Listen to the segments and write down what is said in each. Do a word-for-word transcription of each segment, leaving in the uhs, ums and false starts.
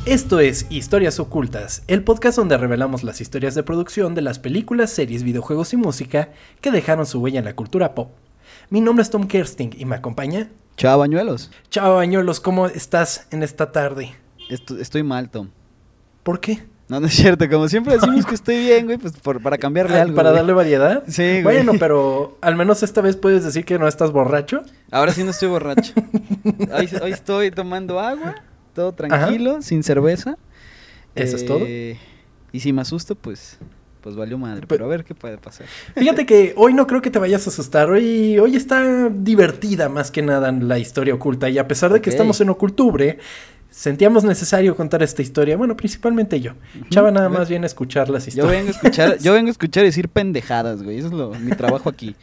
Esto es Historias Ocultas, el podcast donde revelamos las historias de producción de las películas, series, videojuegos y música que dejaron su huella en la cultura pop. Mi nombre es Tom Kersting y me acompaña... Chao, Bañuelos. Chao, Bañuelos, ¿cómo estás en esta tarde? Esto, estoy mal, Tom. ¿Por qué? No, no es cierto, como siempre decimos que estoy bien, güey, pues por, para cambiarle algo. ¿Para güey. darle variedad? Sí, güey. Bueno, pero al menos esta vez puedes decir que no estás borracho. Ahora sí no estoy borracho. Hoy, hoy estoy tomando agua, todo tranquilo, Ajá. sin cerveza. ¿Eso eh, es todo? Y si me asusto, pues, pues valió madre, pero a ver qué puede pasar. Fíjate que hoy no creo que te vayas a asustar, hoy, hoy está divertida más que nada la historia oculta, y a pesar de okay. que estamos en Ocultubre, sentíamos necesario contar esta historia, bueno, principalmente yo. Uh-huh. Chava nada más viene a escuchar las historias. Yo vengo a escuchar, yo vengo a escuchar y decir pendejadas, güey, eso es lo, mi trabajo aquí.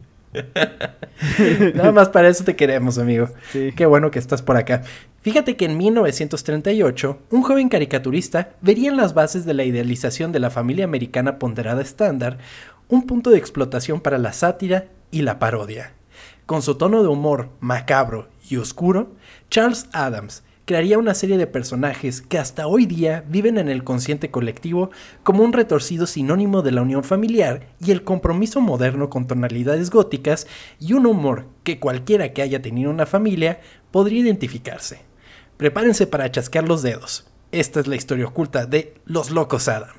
Nada más para eso te queremos, amigo. Sí. Qué bueno que estás por acá. Fíjate que en mil novecientos treinta y ocho, un joven caricaturista vería en las bases de la idealización de la familia americana ponderada estándar un punto de explotación para la sátira y la parodia. Con su tono de humor macabro y oscuro, Charles Addams crearía una serie de personajes que hasta hoy día viven en el consciente colectivo como un retorcido sinónimo de la unión familiar y el compromiso moderno con tonalidades góticas y un humor que cualquiera que haya tenido una familia podría identificarse. Prepárense para chasquear los dedos. Esta es la historia oculta de Los Locos Addams.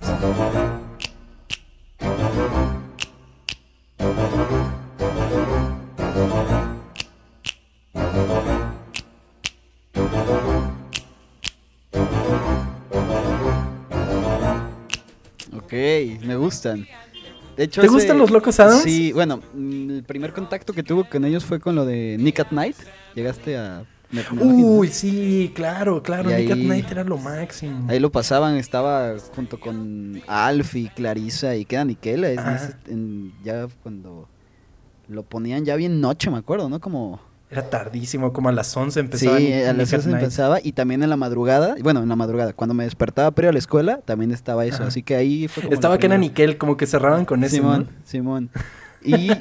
Ok, me gustan. De hecho, ¿Te ese... gustan Los Locos Addams? Sí, bueno, el primer contacto que tuve con ellos fue con lo de Nick at Night. Llegaste a... Me, me Uy, sí, claro, claro, y Nick ahí, at Night era lo máximo. Ahí lo pasaban, estaba junto con Alf y Clarissa y queda Nikela, es, es, en, ya cuando lo ponían ya bien noche, me acuerdo, ¿no? Como... Era tardísimo, como a las once empezaba. Sí, Nick, a las once empezaba y también en la madrugada, bueno, en la madrugada, cuando me despertaba para ir a la escuela, también estaba eso, Ajá. así que ahí fue como... Estaba Kenan y Kel, como que cerraban con eso, Simón, ¿no? Simón. Y,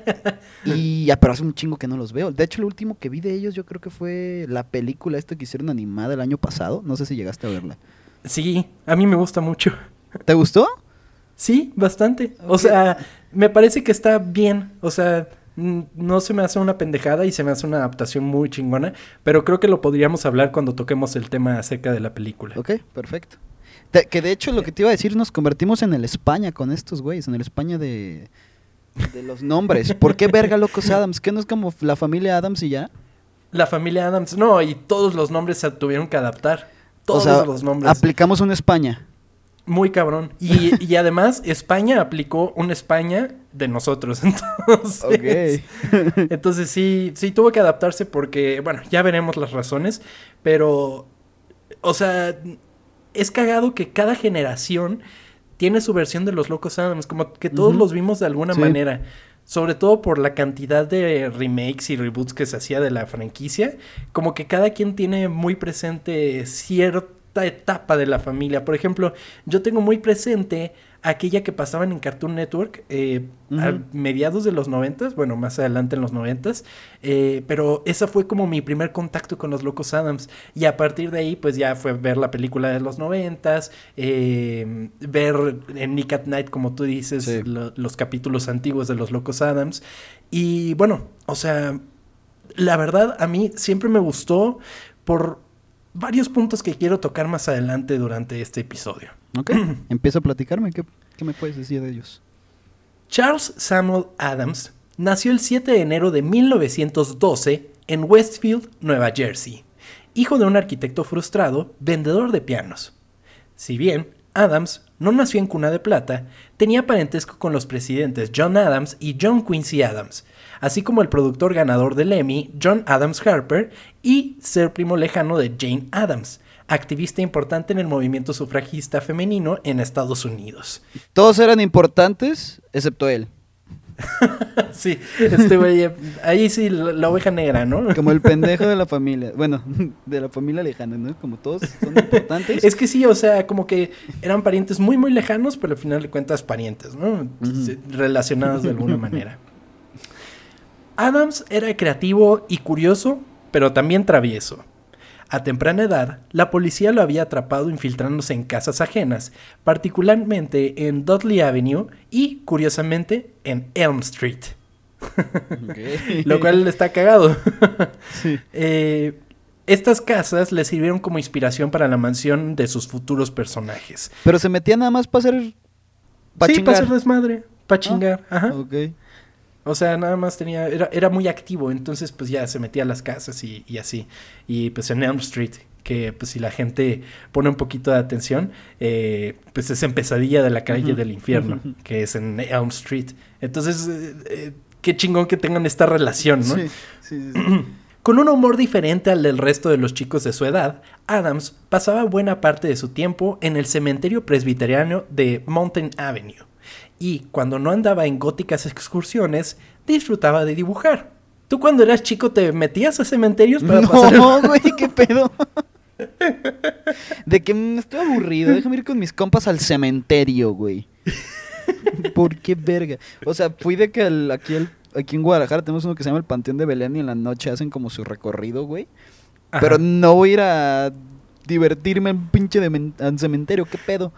y ya, pero hace un chingo que no los veo. De hecho, lo último que vi de ellos yo creo que fue la película esta que hicieron animada el año pasado. No sé si llegaste a verla. Sí, a mí me gusta mucho. ¿Te gustó? Sí, bastante. Okay. O sea, me parece que está bien. O sea, no se me hace una pendejada y se me hace una adaptación muy chingona. Pero creo que lo podríamos hablar cuando toquemos el tema acerca de la película. Ok, perfecto. De, que de hecho lo que te iba a decir, nos convertimos en el España con estos güeyes. En el España de... De los nombres. ¿Por qué verga Locos Addams? ¿Qué no es como la familia Addams y ya? La familia Addams. No, y todos los nombres se tuvieron que adaptar. Todos o sea, los nombres. Aplicamos una España. Muy cabrón. Y, y además, España aplicó una España de nosotros. Entonces, okay. entonces sí, sí tuvo que adaptarse porque, bueno, ya veremos las razones. Pero, o sea, es cagado que cada generación tiene su versión de Los Locos Addams, como que todos uh-huh. los vimos de alguna sí. manera, sobre todo por la cantidad de remakes y reboots que se hacía de la franquicia, como que cada quien tiene muy presente cierta etapa de la familia. Por ejemplo, yo tengo muy presente aquella que pasaban en Cartoon Network eh, uh-huh. a mediados de los noventas, bueno, más adelante en los noventas, eh, pero esa fue como mi primer contacto con Los Locos Addams, y a partir de ahí pues ya fue ver la película de los noventas, eh, ver en Nick at Night, como tú dices, sí. lo, los capítulos antiguos de Los Locos Addams, y bueno, o sea, la verdad a mí siempre me gustó por varios puntos que quiero tocar más adelante durante este episodio. Ok, empieza a platicarme, ¿qué, ¿qué me puedes decir de ellos? Charles Samuel Addams nació el siete de enero de mil novecientos doce en Westfield, Nueva Jersey, hijo de un arquitecto frustrado, vendedor de pianos. Si bien Addams no nació en cuna de plata, tenía parentesco con los presidentes John Adams y John Quincy Adams, así como el productor ganador del Emmy, John Adams Harper, y ser primo lejano de Jane Addams, activista importante en el movimiento sufragista femenino en Estados Unidos. Todos eran importantes, excepto él. Sí, este güey, ahí sí, la, la oveja negra, ¿no? Como el pendejo de la familia, bueno, de la familia lejana, ¿no? Como todos son importantes. Es que sí, o sea, como que eran parientes muy, muy lejanos, pero al final de cuentas parientes, ¿no? Uh-huh. Relacionados de alguna manera. Addams era creativo y curioso, pero también travieso. A temprana edad, la policía lo había atrapado infiltrándose en casas ajenas, particularmente en Dudley Avenue y, curiosamente, en Elm Street. Okay. Lo cual está cagado. Sí. eh, estas casas le sirvieron como inspiración para la mansión de sus futuros personajes. Pero se metía nada más para hacer... Pa sí, para hacer desmadre, para chingar. Ah, ajá. Ok. O sea, nada más tenía... Era, era muy activo, entonces pues ya se metía a las casas y, y así. Y pues en Elm Street, que pues si la gente pone un poquito de atención, eh, pues es en Pesadilla de la calle uh-huh. del infierno, uh-huh. que es en Elm Street. Entonces... Eh, eh, qué chingón que tengan esta relación, ¿no? Sí, sí, sí, sí. Con un humor diferente al del resto de los chicos de su edad, Adams pasaba buena parte de su tiempo en el cementerio presbiteriano de Mountain Avenue. Y cuando no andaba en góticas excursiones, disfrutaba de dibujar. ¿Tú cuando eras chico te metías a cementerios para no, pasar? No, güey, qué pedo. De que me estoy aburrido, déjame ir con mis compas al cementerio, güey. ¿Por qué verga? O sea, fui de que el, aquí, el, aquí en Guadalajara tenemos uno que se llama el Panteón de Belén y en la noche hacen como su recorrido, güey. Ajá. Pero no voy a ir a divertirme en un pinche de men- en cementerio, ¿qué pedo?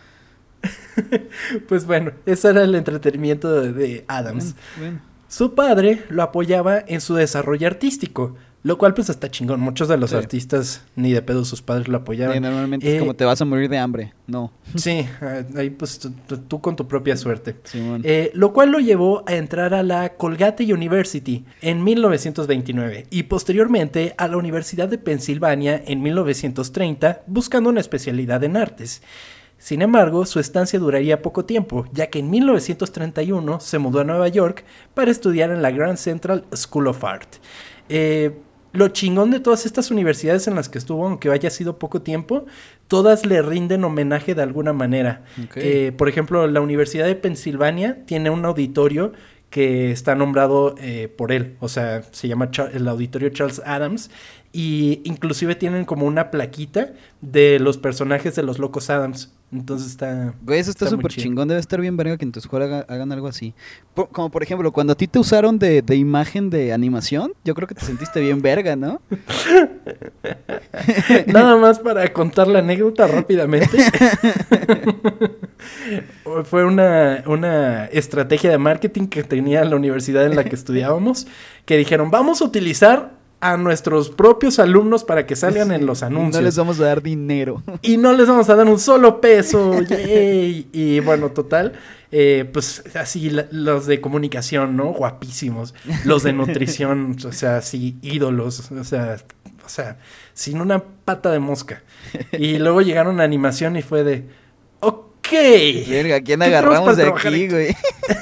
Pues bueno, ese era el entretenimiento de, de Adams. Bueno, bueno. Su padre lo apoyaba en su desarrollo artístico, lo cual pues está chingón. Muchos de los sí. artistas ni de pedo sus padres lo apoyaban. Sí, normalmente eh, es como te vas a morir de hambre, no. Sí, ahí pues tú, tú con tu propia suerte. Sí, bueno. eh, lo cual lo llevó a entrar a la Colgate University en mil novecientos veintinueve y posteriormente a la Universidad de Pensilvania en mil novecientos treinta buscando una especialidad en artes. Sin embargo, su estancia duraría poco tiempo, ya que en mil novecientos treinta y uno se mudó a Nueva York para estudiar en la Grand Central School of Art. Eh, lo chingón de todas estas universidades en las que estuvo, aunque haya sido poco tiempo, todas le rinden homenaje de alguna manera. Okay. Eh, por ejemplo, la Universidad de Pensilvania tiene un auditorio que está nombrado eh, por él, o sea, se llama Char- el Auditorio Charles Adams, y inclusive tienen como una plaquita de los personajes de los Locos Adams. Entonces está... Güey, eso está súper chingón. Debe estar bien verga que en tu escuela haga, hagan algo así. Por, como por ejemplo, cuando a ti te usaron de, de imagen de animación, yo creo que te sentiste bien verga, ¿no? Nada más para contar la anécdota rápidamente. Fue una, una estrategia de marketing que tenía la universidad en la que estudiábamos, que dijeron, vamos a utilizar a nuestros propios alumnos para que salgan sí, en los anuncios. No les vamos a dar dinero. Y no les vamos a dar un solo peso. Yay. Y bueno, total, eh, pues así la, los de comunicación, ¿no? Guapísimos. Los de nutrición, o sea, sí, ídolos. O sea, o sea, sin una pata de mosca. Y luego llegaron a animación y fue de, ok. Verga, ¿quién agarramos de aquí, güey?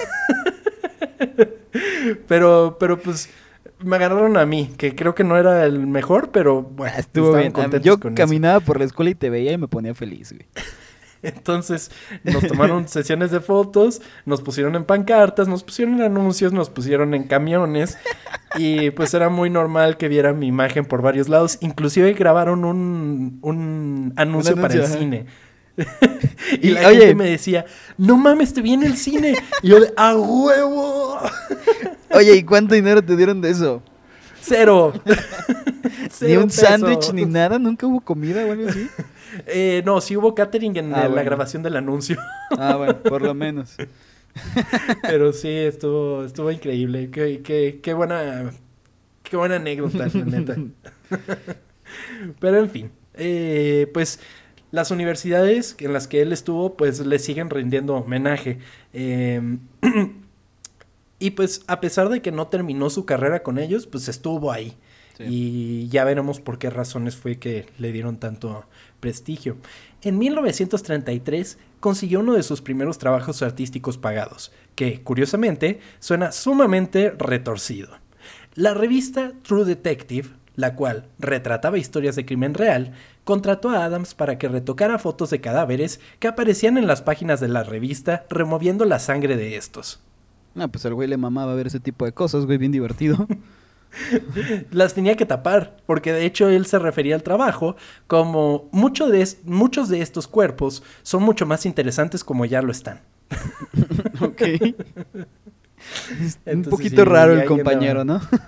pero, pero pues... Me agarraron a mí, que creo que no era el mejor, pero bueno, estuvo bien. Yo caminaba eso. por la escuela y te veía y me ponía feliz, güey. Entonces, nos tomaron sesiones de fotos, nos pusieron en pancartas, nos pusieron en anuncios, nos pusieron en camiones y pues era muy normal que vieran mi imagen por varios lados. Inclusive grabaron un, un anuncio, un anuncio para el ajá. cine. y, y la oye, gente me decía, no mames, te viene el cine. Y yo de, ¡a huevo! Oye, ¿y cuánto dinero te dieron de eso? Cero. Ni un sándwich ni nada, nunca hubo comida o algo así. Eh, no, sí hubo catering en ah, la bueno. grabación del anuncio. Ah, bueno, por lo menos. Pero sí, estuvo, estuvo increíble. Qué, qué, qué buena, qué buena anécdota, la neta. Pero en fin, eh, pues las universidades en las que él estuvo, pues le siguen rindiendo homenaje. Eh, y pues a pesar de que no terminó su carrera con ellos, pues estuvo ahí. Sí. Y ya veremos por qué razones fue que le dieron tanto prestigio. En mil novecientos treinta y tres consiguió uno de sus primeros trabajos artísticos pagados, que, curiosamente, suena sumamente retorcido. La revista True Detective, la cual retrataba historias de crimen real, contrató a Adams para que retocara fotos de cadáveres que aparecían en las páginas de la revista, removiendo la sangre de estos. No, pues al güey le mamaba ver ese tipo de cosas, güey, bien divertido. Las tenía que tapar, porque de hecho él se refería al trabajo como mucho de es- muchos de estos cuerpos son mucho más interesantes como ya lo están. Ok. Un poquito sí, raro el compañero, andaba. ¿no?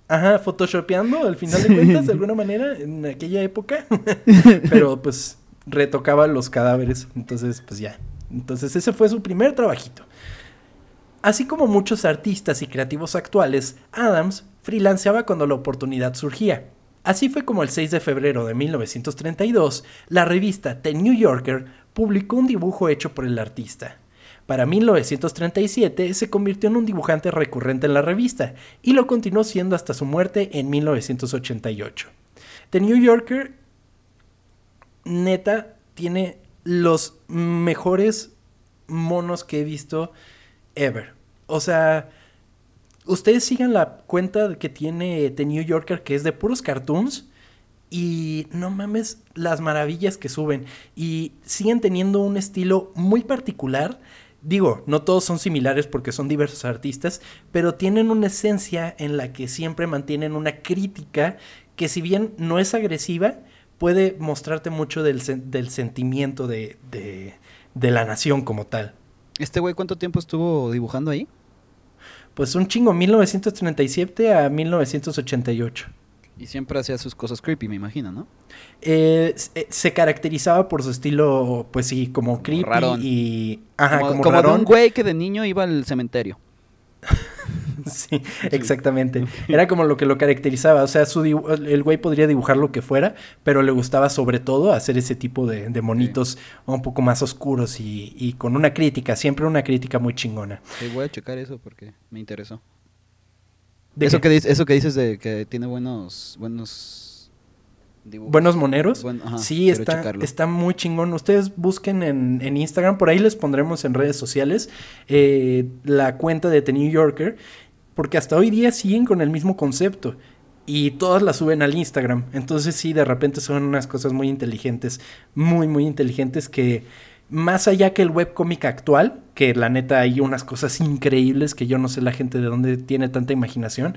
Ajá, photoshopeando al final de cuentas, de alguna manera, en aquella época. Pero pues retocaba los cadáveres, entonces pues ya. Entonces ese fue su primer trabajito. Así como muchos artistas y creativos actuales, Adams freelanceaba cuando la oportunidad surgía. Así fue como el seis de febrero de mil novecientos treinta y dos, la revista The New Yorker publicó un dibujo hecho por el artista. Para mil novecientos treinta y siete se convirtió en un dibujante recurrente en la revista y lo continuó siendo hasta su muerte en mil novecientos ochenta y ocho. The New Yorker, neta, tiene los mejores monos que he visto ever. O sea, ustedes sigan la cuenta que tiene The New Yorker, que es de puros cartoons, y no mames las maravillas que suben. Y siguen teniendo un estilo muy particular. Digo, no todos son similares porque son diversos artistas, pero tienen una esencia en la que siempre mantienen una crítica que, si bien no es agresiva, puede mostrarte mucho del, del sentimiento de, de, de la nación como tal. ¿Este güey cuánto tiempo estuvo dibujando ahí? Pues un chingo, mil novecientos treinta y siete a mil novecientos ochenta y ocho. Y siempre hacía sus cosas creepy, me imagino, ¿no? Eh, se caracterizaba por su estilo, pues sí, como, como creepy rarón. Y... Ajá, como, como, como rarón. de un güey que de niño iba al cementerio. Sí, exactamente. Era como lo que lo caracterizaba. O sea, su dibu- el güey podría dibujar lo que fuera, pero le gustaba sobre todo hacer ese tipo de, de monitos, sí, un poco más oscuros y, y con una crítica, siempre una crítica muy chingona. Sí, voy a checar eso porque me interesó. Eso que, dice, eso que dices de que tiene buenos buenos dibujos. Buenos moneros. Buen, ajá, sí, está, está muy chingón. Ustedes busquen en, en Instagram, por ahí les pondremos en redes sociales eh, la cuenta de The New Yorker, porque hasta hoy día siguen con el mismo concepto y todas la suben al Instagram. Entonces sí, de repente son unas cosas muy inteligentes, muy muy inteligentes, que más allá que el webcómic actual, que la neta hay unas cosas increíbles que yo no sé la gente de dónde tiene tanta imaginación.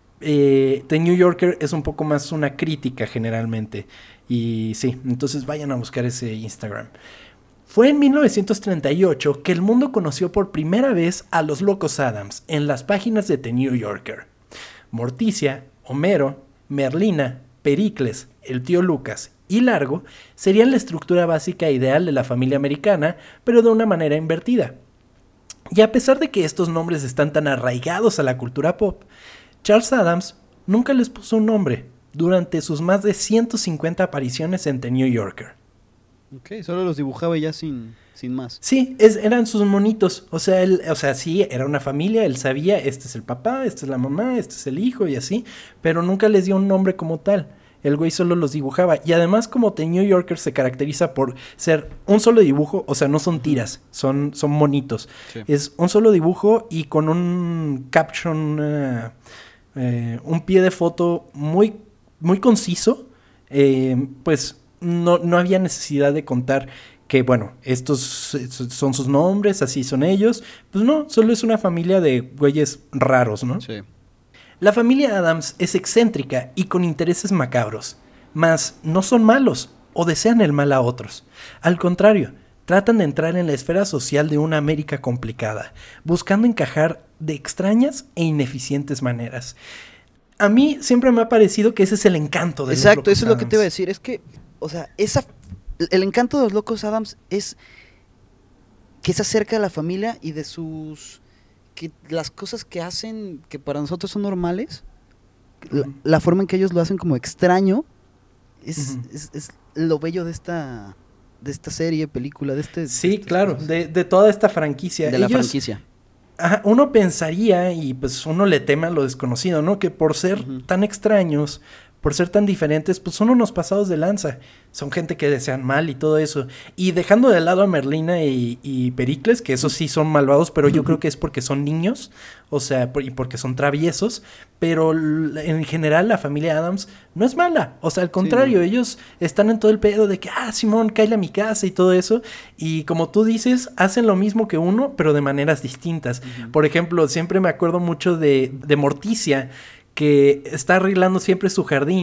Eh, The New Yorker es un poco más una crítica generalmente. Y sí, entonces vayan a buscar ese Instagram. Fue en mil novecientos treinta y ocho que el mundo conoció por primera vez a los Locos Adams en las páginas de The New Yorker. Morticia, Homero, Merlina, Pericles, el tío Lucas y Largo serían la estructura básica e ideal de la familia americana, pero de una manera invertida. Y a pesar de que estos nombres están tan arraigados a la cultura pop, Charles Adams nunca les puso un nombre durante sus más de ciento cincuenta apariciones en The New Yorker. Ok, solo los dibujaba ya sin, sin más. Sí, es, eran sus monitos. O sea, él, o sea, sí, era una familia, él sabía, este es el papá, esta es la mamá, este es el hijo y así, pero nunca les dio un nombre como tal. El güey solo los dibujaba. Y además, como The New Yorker se caracteriza por ser un solo dibujo, o sea, no son tiras, son, son monitos. Sí. Es un solo dibujo y con un caption, uh, eh, un pie de foto muy, muy conciso, eh, pues no, no había necesidad de contar que, bueno, estos son sus nombres, así son ellos. Pues no, solo es una familia de güeyes raros, ¿no? Sí. La familia Adams es excéntrica y con intereses macabros, mas no son malos o desean el mal a otros. Al contrario, tratan de entrar en la esfera social de una América complicada, buscando encajar de extrañas e ineficientes maneras. A mí siempre me ha parecido que ese es el encanto de Exacto, los Locos eso es lo que Adams. te iba a decir. Es que, o sea, esa, el encanto de los Locos Adams es que es acerca de la familia y de sus... que las cosas que hacen, que para nosotros son normales, uh-huh. la, la forma en que ellos lo hacen como extraño, es, uh-huh. es, es lo bello de esta de esta serie, película, de este... Sí, de este, claro, de, de toda esta franquicia. De ellos, la franquicia. Ajá, uno pensaría, y pues uno le teme a lo desconocido, ¿no? Que por ser uh-huh. tan extraños, por ser tan diferentes, pues son unos pasados de lanza. Son gente que desean mal y todo eso. Y dejando de lado a Merlina y, y Pericles, que esos sí son malvados, pero yo creo que es porque son niños, o sea, por, y porque son traviesos. Pero en general la familia Adams no es mala. O sea, al contrario, sí, ¿no? Ellos están en todo el pedo de que, ah, Simón, cáele a mi casa y todo eso. Y como tú dices, hacen lo mismo que uno, pero de maneras distintas. Uh-huh. Por ejemplo, siempre me acuerdo mucho de, de Morticia, que está arreglando siempre su jardín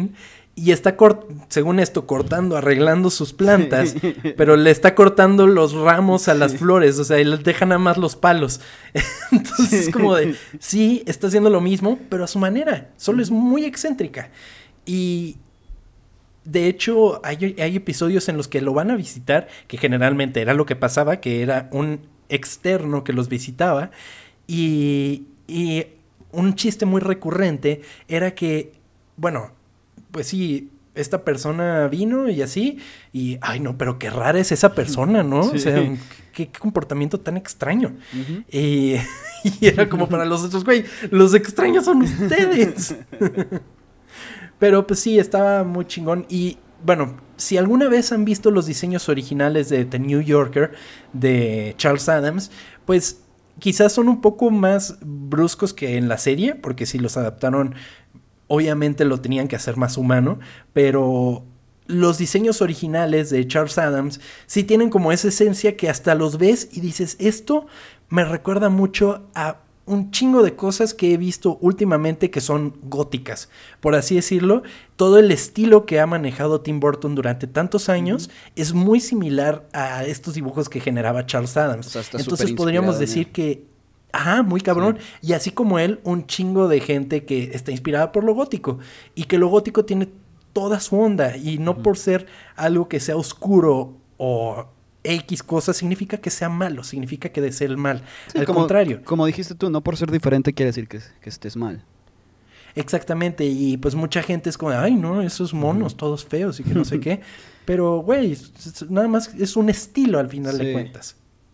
Y está, cort- según esto, cortando, arreglando sus plantas, pero le está cortando los ramos a las flores, o sea, y les deja nada más los palos. Entonces es como de, sí, está haciendo lo mismo, pero a su manera, solo es muy excéntrica. Y de hecho, hay, hay episodios en los que lo van a visitar, que generalmente era lo que pasaba, que era un externo que los visitaba, y, y un chiste muy recurrente era que, bueno, pues sí, esta persona vino y así, y, ay no, pero qué rara es esa persona, ¿no? Sí. O sea, qué, qué comportamiento tan extraño. Uh-huh. y, y era como para los otros, güey, los extraños son ustedes. Pero pues sí, estaba muy chingón. Y bueno, si alguna vez han visto los diseños originales de The New Yorker de Charles Addams, pues quizás son un poco más bruscos que en la serie, porque si los adaptaron, obviamente lo tenían que hacer más humano, pero los diseños originales de Charles Addams sí tienen como esa esencia que hasta los ves y dices, esto me recuerda mucho a un chingo de cosas que he visto últimamente que son góticas, por así decirlo. Todo el estilo que ha manejado Tim Burton durante tantos años uh-huh. es muy similar a estos dibujos que generaba Charles Addams. O sea, entonces podríamos decir que, ajá, muy cabrón. Sí. Y así como él, un chingo de gente que está inspirada por lo gótico y que lo gótico tiene toda su onda y no uh-huh. por ser algo que sea oscuro o X cosa significa que sea malo, significa que desee el mal. Sí, al como, contrario. Como dijiste tú, no por ser diferente quiere decir que, que estés mal. Exactamente, y pues mucha gente es como, ay no, esos monos, uh-huh. todos feos y que no sé qué. Pero, güey, nada más es un estilo al final sí. de cuentas.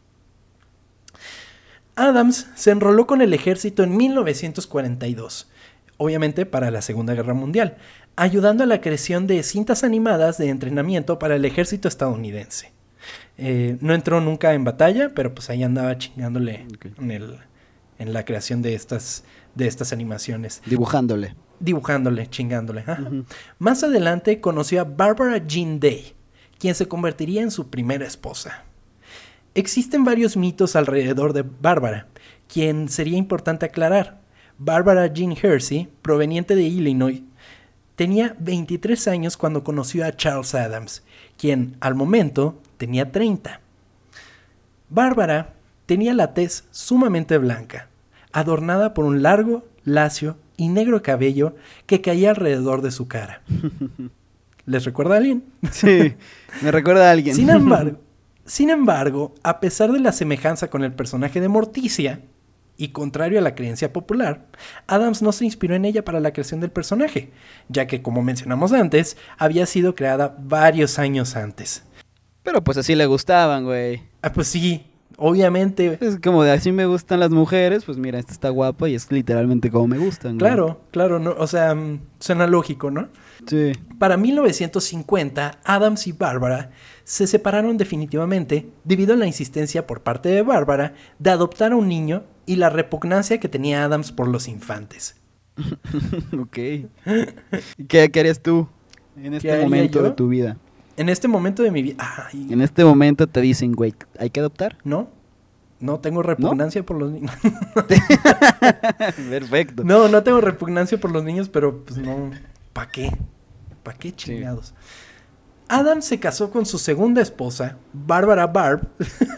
Addams se enroló con el ejército en mil novecientos cuarenta y dos, obviamente para la Segunda Guerra Mundial, ayudando a la creación de cintas animadas de entrenamiento para el ejército estadounidense. Eh, no entró nunca en batalla, pero pues ahí andaba chingándole okay. en, el, en la creación de estas, de estas animaciones. Dibujándole. Dibujándole, chingándole. Uh-huh. Más adelante conoció a Barbara Jean Day, quien se convertiría en su primera esposa. Existen varios mitos alrededor de Barbara, quien sería importante aclarar. Barbara Jean Hersey, proveniente de Illinois, tenía veintitrés años cuando conoció a Charles Addams, quien al momento tenía treinta. Bárbara tenía la tez sumamente blanca, adornada por un largo, lacio y negro cabello que caía alrededor de su cara. ¿Les recuerda a alguien? Sí, me recuerda a alguien. Sin embargo, sin embargo, a pesar de la semejanza con el personaje de Morticia, y contrario a la creencia popular, Addams no se inspiró en ella para la creación del personaje, ya que, como mencionamos antes, había sido creada varios años antes. Pero pues así le gustaban, güey. Ah, pues sí, obviamente. Es como de así me gustan las mujeres, pues mira, esta está guapa y es literalmente como me gustan. Claro, güey. claro, no, o sea, suena lógico, ¿no? Sí. Para mil novecientos cincuenta, Addams y Barbara se separaron definitivamente debido a la insistencia por parte de Barbara de adoptar a un niño y la repugnancia que tenía Addams por los infantes. Ok. ¿Qué, ¿Qué harías tú en este momento de tu vida? En este momento de mi vida... Ay. En este momento te dicen, güey, ¿hay que adoptar? No, no tengo repugnancia ¿No? por los niños. Perfecto. No, no tengo repugnancia por los niños, pero pues no... ¿Para qué? ¿Para qué chingados? Sí. Addams se casó con su segunda esposa, Barbara Barb.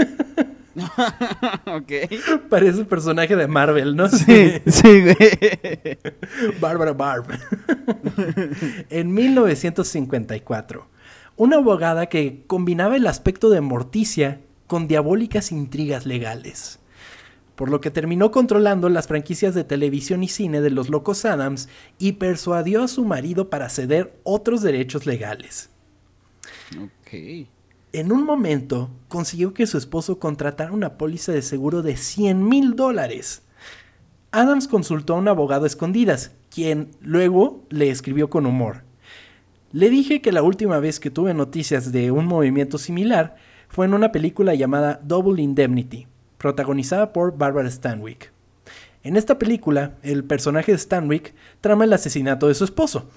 Ok. Parece un personaje de Marvel, ¿no? Sí, sí, güey. Barbara Barb. En mil novecientos cincuenta y cuatro. Una abogada que combinaba el aspecto de Morticia con diabólicas intrigas legales, por lo que terminó controlando las franquicias de televisión y cine de los locos Addams y persuadió a su marido para ceder otros derechos legales. Ok. En un momento consiguió que su esposo contratara una póliza de seguro de cien mil dólares. Addams consultó a un abogado a escondidas, quien luego le escribió con humor. Le dije que la última vez que tuve noticias de un movimiento similar fue en una película llamada Double Indemnity, protagonizada por Barbara Stanwyck. En esta película, el personaje de Stanwyck trama el asesinato de su esposo.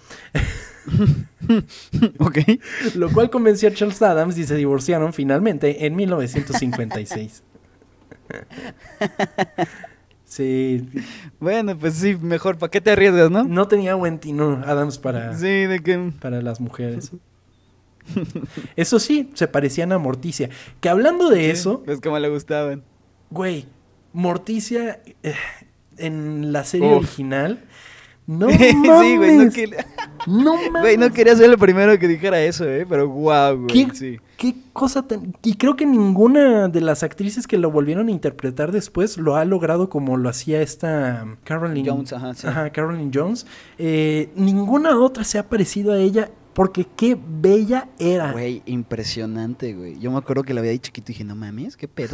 Ok. Lo cual convenció a Charles Addams y se divorciaron finalmente en mil novecientos cincuenta y seis. Sí. Bueno, pues sí, mejor, ¿para qué te arriesgas, no? No tenía buen tino Adams para, Sí, de que... para las mujeres. Eso sí, se parecían a Morticia. Que hablando de Sí, eso, pues como le gustaban. güey, Morticia eh, en la serie Uf. original... No Sí, mames. güey, no, quería... No mames. Güey, no quería ser el primero que dijera eso, eh, pero guau, güey, ¿Qué, sí. qué cosa tan... Y creo que ninguna de las actrices que lo volvieron a interpretar después lo ha logrado como lo hacía esta Caroline Jones, ajá, sí. Ajá, Caroline Jones. Eh, ninguna otra se ha parecido a ella porque qué bella era. Güey, impresionante, güey. Yo me acuerdo que la veía ahí chiquito y dije, no mames, ¿qué pedo?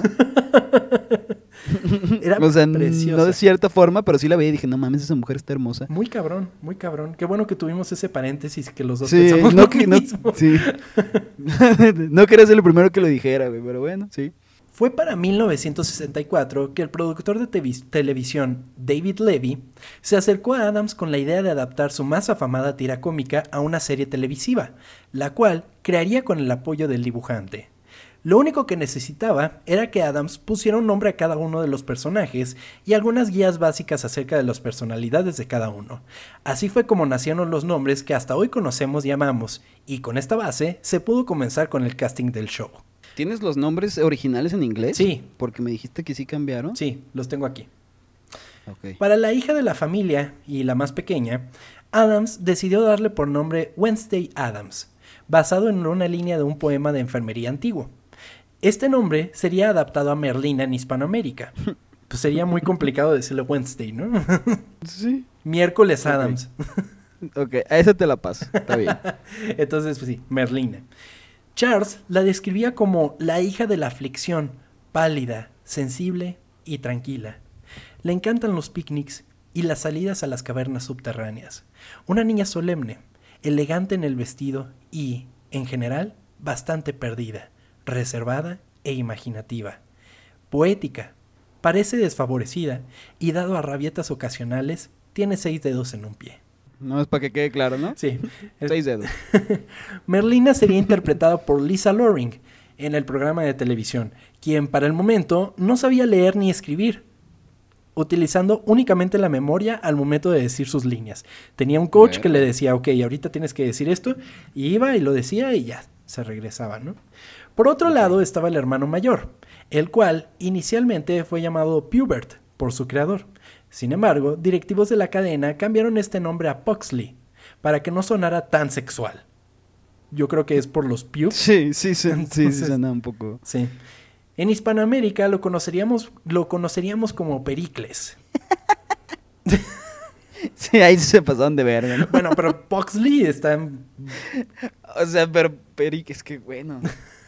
Era O sea, preciosa. no de cierta forma, pero sí la veía y dije, no mames, esa mujer está hermosa. Muy cabrón, muy cabrón. Qué bueno que tuvimos ese paréntesis que los dos Sí, pensamos no, lo que, no, mismo. sí. No quería ser el primero que lo dijera, güey, pero bueno, sí. Fue para mil novecientos sesenta y cuatro que el productor de tevis- televisión David Levy se acercó a Adams con la idea de adaptar su más afamada tira cómica a una serie televisiva, la cual crearía con el apoyo del dibujante. Lo único que necesitaba era que Adams pusiera un nombre a cada uno de los personajes y algunas guías básicas acerca de las personalidades de cada uno. Así fue como nacieron los nombres que hasta hoy conocemos y amamos, y con esta base se pudo comenzar con el casting del show. ¿Tienes los nombres originales en inglés? Sí. Porque me dijiste que sí cambiaron. Sí, los tengo aquí. Ok. Para la hija de la familia y la más pequeña, Adams decidió darle por nombre Wednesday Adams, basado en una línea de un poema de enfermería antiguo. Este nombre sería adaptado a Merlina en Hispanoamérica. Pues sería muy complicado decirle Wednesday, ¿no? Sí. Miércoles Ok. Adams. Ok, a esa te la paso. Está bien. Entonces, pues sí, Merlina. Charles la describía como la hija de la aflicción, pálida, sensible y tranquila. Le encantan los picnics y las salidas a las cavernas subterráneas. Una niña solemne, elegante en el vestido y, en general, bastante perdida, reservada e imaginativa. Poética, parece desfavorecida y, dado a rabietas ocasionales, tiene seis dedos en un pie. No es para que quede claro, ¿no? Sí. Seis dedos. Merlina sería interpretada por Lisa Loring en el programa de televisión, quien para el momento no sabía leer ni escribir, utilizando únicamente la memoria al momento de decir sus líneas. Tenía un coach Bueno. que le decía, ok, ahorita tienes que decir esto, y iba y lo decía y ya, se regresaba, ¿no? Por otro lado estaba el hermano mayor, el cual inicialmente fue llamado Pubert por su creador. Sin embargo, directivos de la cadena cambiaron este nombre a Pugsley para que no sonara tan sexual. Yo creo que es por los pubes. Sí, sí, sí, sí, sí, Entonces- suena un poco. Sí. En Hispanoamérica lo conoceríamos, lo conoceríamos como Pericles. Sí, ahí se pasaron de verga, ¿no? Bueno, pero Pugsley está en... O sea, pero Peric, es que bueno.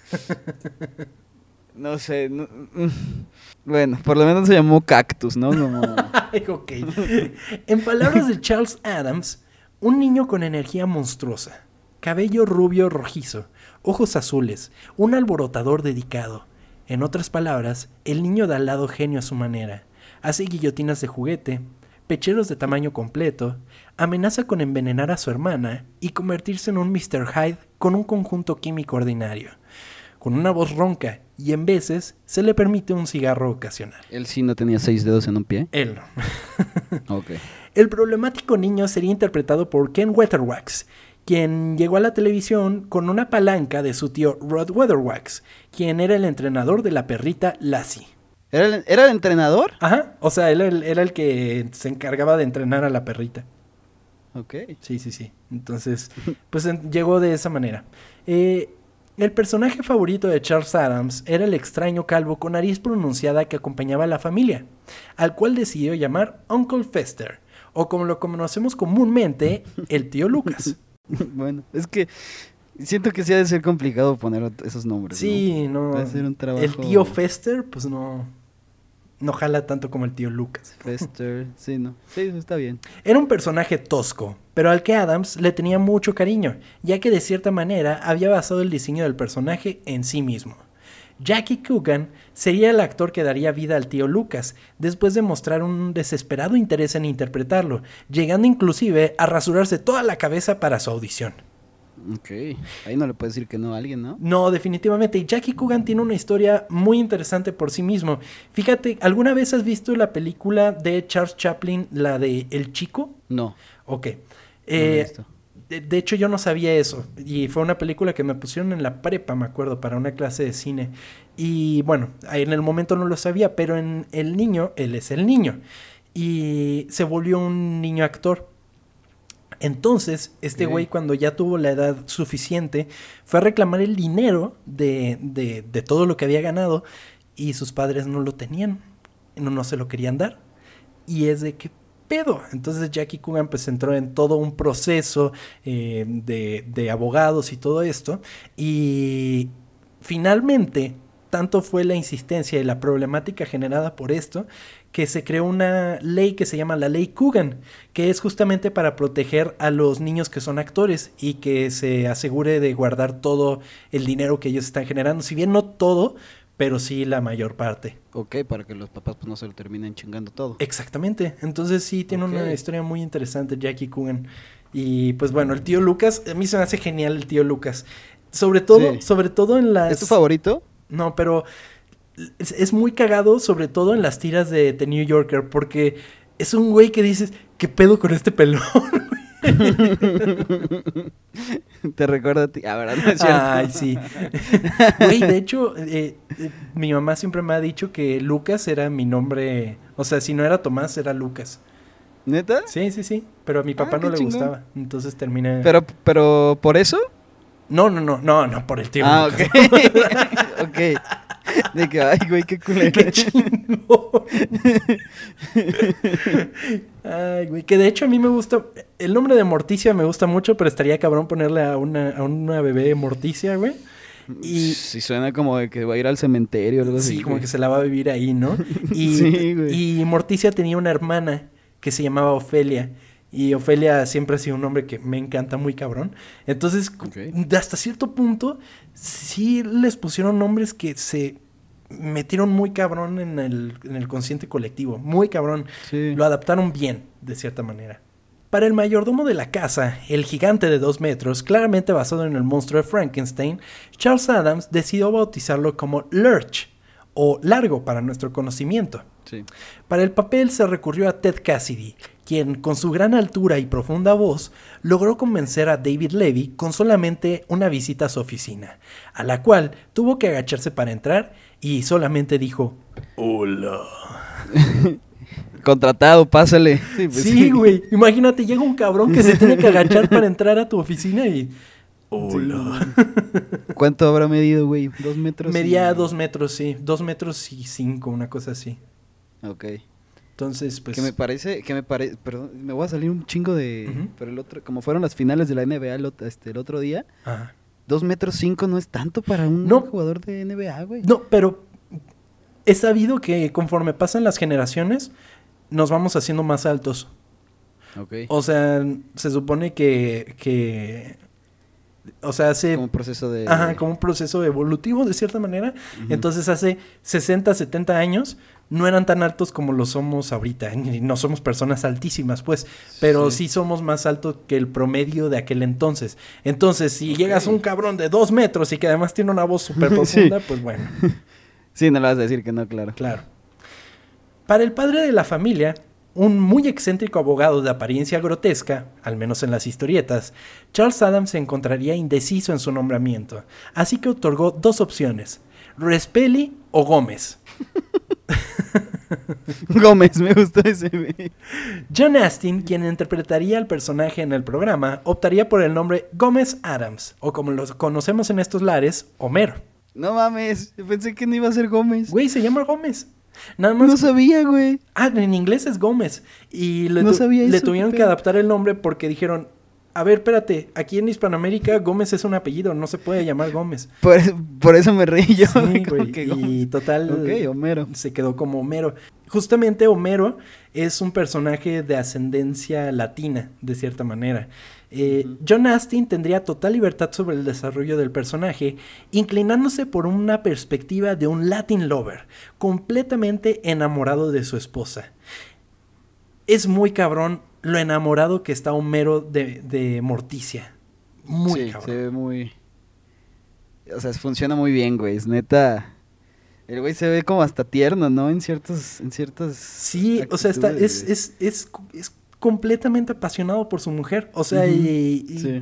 No sé. no- mm. Bueno, por lo menos se llamó Cactus, ¿no? Como... Ay, ok. En palabras de Charles Adams, un niño con energía monstruosa, cabello rubio rojizo, ojos azules, un alborotador dedicado. En otras palabras, el niño da al lado genio a su manera. Hace guillotinas de juguete, pecheros de tamaño completo, amenaza con envenenar a su hermana y convertirse en un mister Hyde con un conjunto químico ordinario. Con una voz ronca y en veces se le permite un cigarro ocasional. Él sí no tenía seis dedos en un pie. Él no. Ok. El problemático niño sería interpretado por Ken Weatherwax, quien llegó a la televisión con una palanca de su tío Rod Weatherwax, quien era el entrenador de la perrita Lassie. ¿Era el, ¿Era el entrenador? Ajá, o sea, él era el, era el que se encargaba de entrenar a la perrita. Ok. Sí, sí, sí. Entonces, pues en- llegó de esa manera. Eh, el personaje favorito de Charles Adams era el extraño calvo con nariz pronunciada que acompañaba a la familia, al cual decidió llamar Uncle Fester, o como lo conocemos comúnmente, el tío Lucas. Bueno, es que siento que sí ha de ser complicado poner ot- esos nombres. Sí, no. Va a ser un trabajo. El tío Fester, pues no, no jala tanto como el tío Lucas. Fester, sí, no. Sí, eso está bien. Era un personaje tosco, pero al que Adams le tenía mucho cariño, ya que de cierta manera había basado el diseño del personaje en sí mismo. Jackie Coogan sería el actor que daría vida al tío Lucas, después de mostrar un desesperado interés en interpretarlo, llegando inclusive a rasurarse toda la cabeza para su audición. Ok, ahí no le puedes decir que no a alguien, ¿no? No, definitivamente. Y Jackie Coogan tiene una historia muy interesante por sí mismo. Fíjate, ¿alguna vez has visto la película de Charles Chaplin, la de El Chico? No. Ok. No Eh, lo he visto. de, de hecho, yo no sabía eso. Y fue una película que me pusieron en la prepa, me acuerdo, para una clase de cine. Y bueno, en el momento no lo sabía, pero en El Niño, él es el niño. Y se volvió un niño actor. Entonces, este Ok. güey, cuando ya tuvo la edad suficiente, fue a reclamar el dinero de, de, de todo lo que había ganado y sus padres no lo tenían, no, no se lo querían dar. Y es de qué pedo. Entonces Jackie Coogan pues entró en todo un proceso eh, de, de abogados y todo esto. Y finalmente, tanto fue la insistencia y la problemática generada por esto, que se creó una ley que se llama la Ley Coogan, que es justamente para proteger a los niños que son actores y que se asegure de guardar todo el dinero que ellos están generando. Si bien no todo, pero sí la mayor parte. Ok, para que los papás pues no se lo terminen chingando todo. Exactamente. Entonces sí tiene Ok. una historia muy interesante Jackie Coogan. Y pues bueno, el tío Lucas, a mí se me hace genial el tío Lucas. Sobre todo, Sí. sobre todo en las... ¿Es tu favorito? No, pero es, es muy cagado, sobre todo en las tiras de The New Yorker, porque es un güey que dices, ¿qué pedo con este pelón? Te recuerda a ti. Ah, ¿verdad? No es cierto. Ay, sí. Güey, de hecho, eh, eh, mi mamá siempre me ha dicho que Lucas era mi nombre. O sea, si no era Tomás, era Lucas. ¿Neta? Sí, sí, sí. Pero a mi papá Ah, no qué le chingón. gustaba. Entonces terminé. Pero, pero, ¿por eso? No, no, no, no, no, por el tío Ah, Lucas. ok. Ok. De que, ay, güey, qué culero. Qué chingón. Ay, güey. Que de hecho a mí me gusta. El nombre de Morticia me gusta mucho, pero estaría cabrón ponerle a una, a una bebé Morticia, güey. Y Sí, suena como de que va a ir al cementerio o algo así. sí, como güey. que se la va a vivir ahí, ¿no? Y, Sí, güey. y Morticia tenía una hermana que se llamaba Ofelia. Y Ofelia siempre ha sido un nombre que me encanta muy cabrón. Entonces, cu- Ok. de hasta cierto punto, sí les pusieron nombres que se metieron muy cabrón en el, en el consciente colectivo. Muy cabrón. Sí. Lo adaptaron bien, de cierta manera. Para el mayordomo de la casa, el gigante de dos metros, claramente basado en el monstruo de Frankenstein, Charles Adams decidió bautizarlo como Lurch, o Largo para nuestro conocimiento. Sí. Para el papel se recurrió a Ted Cassidy, quien, con su gran altura y profunda voz, logró convencer a David Levy con solamente una visita a su oficina, a la cual tuvo que agacharse para entrar y solamente dijo, hola. Contratado, pásale. Sí, pues Sí, güey. Imagínate, llega un cabrón que se tiene que agachar para entrar a tu oficina y... Hola. ¿Cuánto habrá medido, güey? ¿Dos metros? Medía y- dos metros, sí. Dos metros y cinco, una cosa así. Ok. Entonces, pues... Que me parece, que me parece, perdón, me voy a salir un chingo de... Ujú. Pero el otro, como fueron las finales de la N B A el, ot- este, el otro día, Ajá. dos metros cinco no es tanto para un No. jugador de N B A, güey. No, pero he sabido que conforme pasan las generaciones, nos vamos haciendo más altos. Ok. O sea, se supone que... que o sea, hace... Como un proceso de... Ajá, como un proceso evolutivo de cierta manera. Ujú. Entonces hace sesenta, setenta años no eran tan altos como lo somos ahorita. Ni no somos personas altísimas, pues. Pero sí, Sí. somos más altos que el promedio de aquel entonces. Entonces, si Ok. llegas a un cabrón de dos metros y que además tiene una voz súper profunda, pues bueno, Sí, no le vas a decir que no, claro. claro. Para el padre de la familia, un muy excéntrico abogado de apariencia grotesca, al menos en las historietas, Charles Adams se encontraría indeciso en su nombramiento, así que otorgó dos opciones, Respelli o Gómez. Gómez, me gustó ese, güey. John Astin, quien interpretaría al personaje en el programa, optaría por el nombre Gómez Adams, o como los conocemos en estos lares, Homero. No mames, yo pensé que no iba a ser Gómez. Güey, se llama Gómez. Nada más. No sabía, güey. Ah, en inglés es Gómez. Y le, No tu- sabía le eso, tuvieron qué que pedo. adaptar el nombre porque dijeron, a ver, espérate, aquí en Hispanoamérica Gómez es un apellido, no se puede llamar Gómez. Por, por eso me reí yo. Sí, güey, como güey, que y Gómez. total Ok, Homero. se quedó como Homero. Justamente Homero es un personaje de ascendencia latina, de cierta manera. Eh, Ujú. John Astin tendría total libertad sobre el desarrollo del personaje, inclinándose por una perspectiva de un Latin lover, completamente enamorado de su esposa. Es muy cabrón lo enamorado que está Homero de, de Morticia. Muy sí, cabrón. se ve muy... O sea, funciona muy bien, güey. Es neta... El güey se ve como hasta tierno, ¿no? En ciertos... En ciertas Sí, o sea, está, es, actitudes, es, es, es completamente apasionado por su mujer. O sea, Ujú, y, y- sí.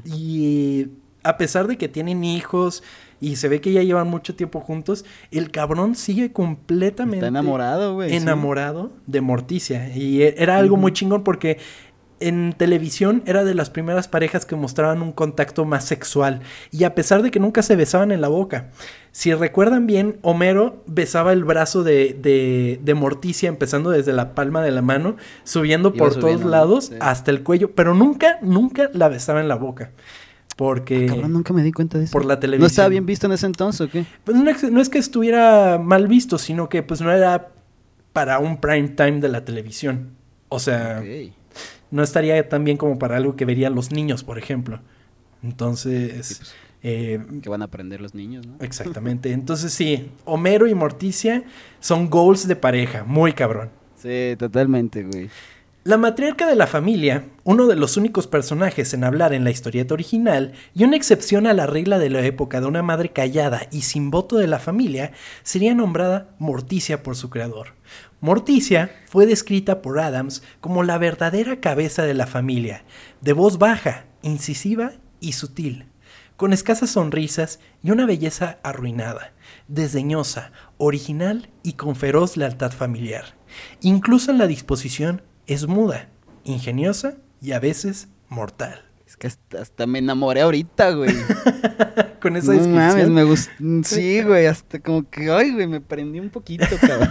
y a pesar de que tienen hijos y se ve que ya llevan mucho tiempo juntos, el cabrón sigue completamente Está enamorado, güey. sí. enamorado de Morticia. Y e- era algo muy Ujú. chingón porque en televisión era de las primeras parejas que mostraban un contacto más sexual. Y a pesar de que nunca se besaban en la boca. Si recuerdan bien, Homero besaba el brazo de, de, de Morticia, empezando desde la palma de la mano, subiendo Iba por subiendo, todos ¿no? lados Sí. hasta el cuello. Pero nunca, nunca la besaba en la boca. Porque... Cabrón, nunca me di cuenta de eso. por la ¿No televisión. estaba bien visto en ese entonces o qué? Pues no es, no es que estuviera mal visto, sino que pues no era para un prime time de la televisión. O sea, Ok. no estaría tan bien como para algo que verían los niños, por ejemplo. Entonces, Sí, pues, eh, que van a aprender los niños, ¿no? exactamente. Entonces sí, Homero y Morticia son goals de pareja, muy cabrón. Sí, totalmente, güey. La matriarca de la familia, uno de los únicos personajes en hablar en la historieta original y una excepción a la regla de la época de una madre callada y sin voto de la familia, sería nombrada Morticia por su creador. Morticia fue descrita por Adams como la verdadera cabeza de la familia, de voz baja, incisiva y sutil, con escasas sonrisas y una belleza arruinada, desdeñosa, original y con feroz lealtad familiar. Incluso en la disposición es muda, ingeniosa y a veces mortal. Es que hasta, hasta me enamoré ahorita, güey. Con esa No descripción. mames, me gustó. Sí, güey, hasta como que, ay, güey, me prendí un poquito, cabrón.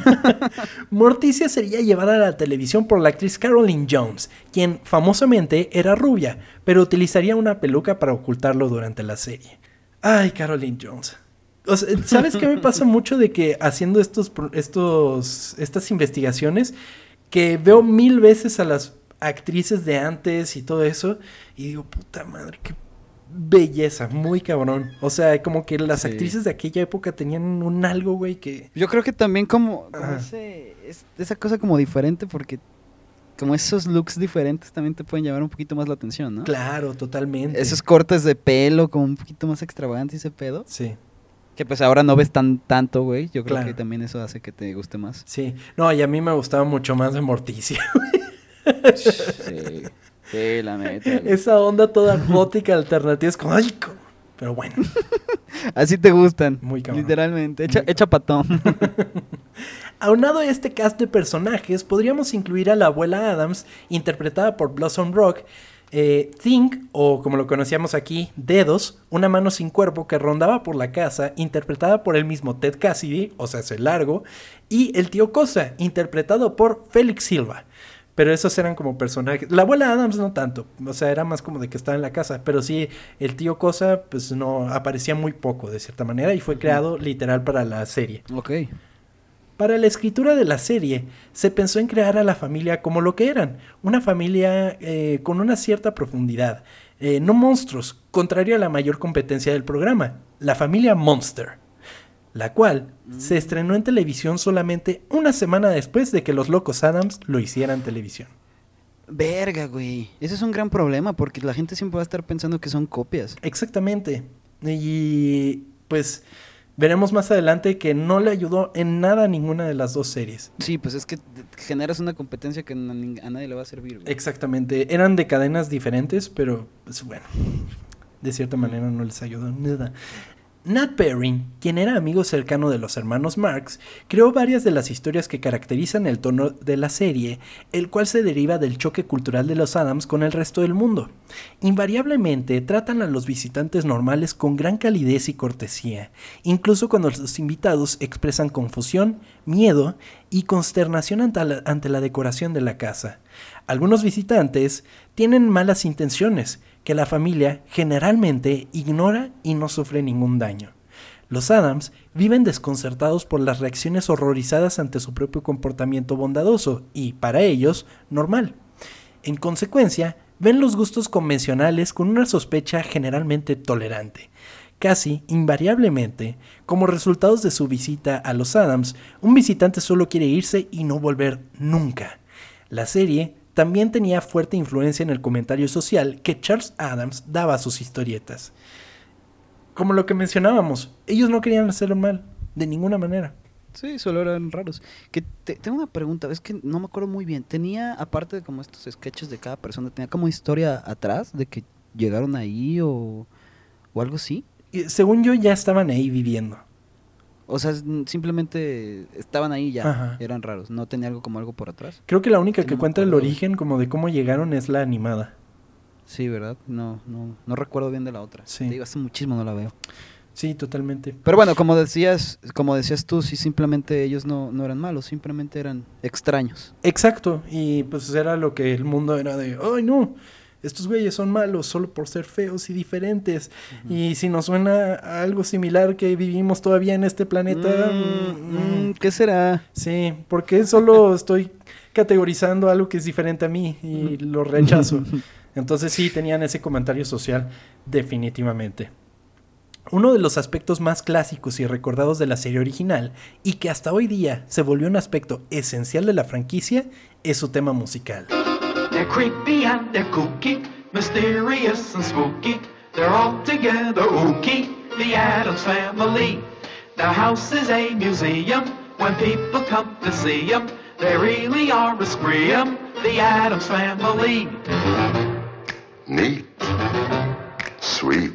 Morticia sería llevada a la televisión por la actriz Caroline Jones, quien famosamente era rubia, pero utilizaría una peluca para ocultarlo durante la serie. Ay, Caroline Jones. O sea, ¿sabes qué me pasa mucho de que haciendo estos, pro- estos, estas investigaciones, que veo mil veces a las actrices de antes y todo eso, y digo, puta madre, qué belleza, muy cabrón. O sea, como que las Sí. actrices de aquella época tenían un algo, güey, que... Yo creo que también como, como Ajá. ese, es- esa cosa como diferente, porque como esos looks diferentes también te pueden llamar un poquito más la atención, ¿no? Claro, totalmente. Esos cortes de pelo como un poquito más extravagantes ese pedo. Sí, Que pues ahora no ves tan tanto, güey. Yo creo Claro. que también eso hace que te guste más. sí. No, y a mí me gustaba mucho más de Morticia. Sí, sí, la neta. güey. Esa onda toda gótica alternativa es como, ay, co-". Pero bueno, Así te gustan. Muy cabrón. Literalmente. Echa, Muy echa patón. aunado a este cast de personajes, podríamos incluir a la abuela Adams, interpretada por Blossom Rock, eh, Think, o como lo conocíamos aquí, Dedos, una mano sin cuerpo que rondaba por la casa, interpretada por el mismo Ted Cassidy, o sea, ese largo, y el tío Cosa, interpretado por Félix Silva. Pero esos eran como personajes. La abuela Adams no tanto. O sea, era más como de que estaba en la casa. Pero sí, el tío Cosa, pues no, aparecía muy poco de cierta manera. Y fue creado literal para la serie. Ok. Para la escritura de la serie, se pensó en crear a la familia como lo que eran. Una familia eh, con una cierta profundidad. Eh, no monstruos, contrario a la mayor competencia del programa. La familia Monster. La cual se estrenó en televisión solamente una semana después de que los Locos Adams lo hicieran en televisión. Verga, güey. Ese es un gran problema porque la gente siempre va a estar pensando que son copias. Exactamente. Y pues veremos más adelante que no le ayudó en nada a ninguna de las dos series. Sí, pues es que generas una competencia que a nadie le va a servir, güey. Exactamente. Eran de cadenas diferentes, pero pues bueno, de cierta manera no les ayudó nada. Nat Perry, quien era amigo cercano de los hermanos Marx, creó varias de las historias que caracterizan el tono de la serie, el cual se deriva del choque cultural de los Adams con el resto del mundo. Invariablemente tratan a los visitantes normales con gran calidez y cortesía, incluso cuando los invitados expresan confusión, miedo y consternación ante la, ante la decoración de la casa. Algunos visitantes tienen malas intenciones, que la familia generalmente ignora y no sufre ningún daño. Los Adams viven desconcertados por las reacciones horrorizadas ante su propio comportamiento bondadoso y, para ellos, normal. En consecuencia, ven los gustos convencionales con una sospecha generalmente tolerante. Casi invariablemente, como resultados de su visita a los Adams, un visitante solo quiere irse y no volver nunca. La serie también tenía fuerte influencia en el comentario social que Charles Addams daba a sus historietas. Como lo que mencionábamos, ellos no querían hacerlo mal, de ninguna manera. Sí, solo eran raros. Que te, tengo una pregunta, es que no me acuerdo muy bien. Tenía, aparte de como estos sketches de cada persona, ¿tenía como historia atrás de que llegaron ahí o, o algo así? Y, según yo, ya estaban ahí viviendo. O sea, simplemente estaban ahí ya, Ajá. eran raros. No tenía algo como algo por atrás. Creo que la única Sí, que no me cuenta el acuerdo. origen como de cómo llegaron es la animada. Sí, ¿verdad? No, no, no recuerdo bien de la otra. Sí. Te digo, hace muchísimo no la veo. Sí, totalmente. Pero bueno, como decías, como decías tú, sí, simplemente ellos no, no eran malos, simplemente eran extraños. Exacto, y pues era lo que el mundo era de, ay no, estos güeyes son malos solo por ser feos y diferentes. Uh-huh. Y si nos suena a algo similar que vivimos todavía en este planeta... Mm, mm, ¿Qué será? Sí, porque solo estoy categorizando algo que es diferente a mí y lo rechazo. Entonces sí, tenían ese comentario social, definitivamente. Uno de los aspectos más clásicos y recordados de la serie original, y que hasta hoy día se volvió un aspecto esencial de la franquicia, es su tema musical. They're creepy and they're kooky, mysterious and spooky. They're all together ooky, the Addams Family. Their house is a museum, when people come to see them, they really are a scream, the Addams Family. Neat. Sweet.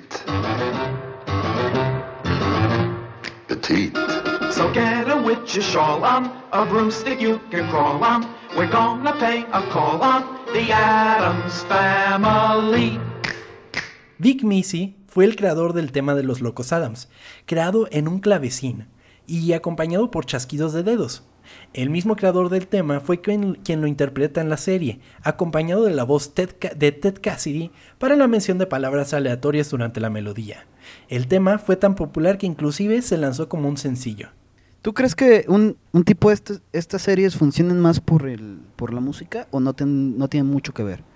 Petite. So get a witch's shawl on, a broomstick you can crawl on. We're gonna pay a call on the Addams Family. Vic Mizzy fue el creador del tema de los Locos Addams, creado en un clavecín y acompañado por chasquidos de dedos. El mismo creador del tema fue quien, quien lo interpreta en la serie, acompañado de la voz Ted, de Ted Cassidy para la mención de palabras aleatorias durante la melodía. El tema fue tan popular que inclusive se lanzó como un sencillo. ¿Tú crees que un, un tipo de este, estas series funcionen más por el por la música o no, ten, no tienen mucho que ver?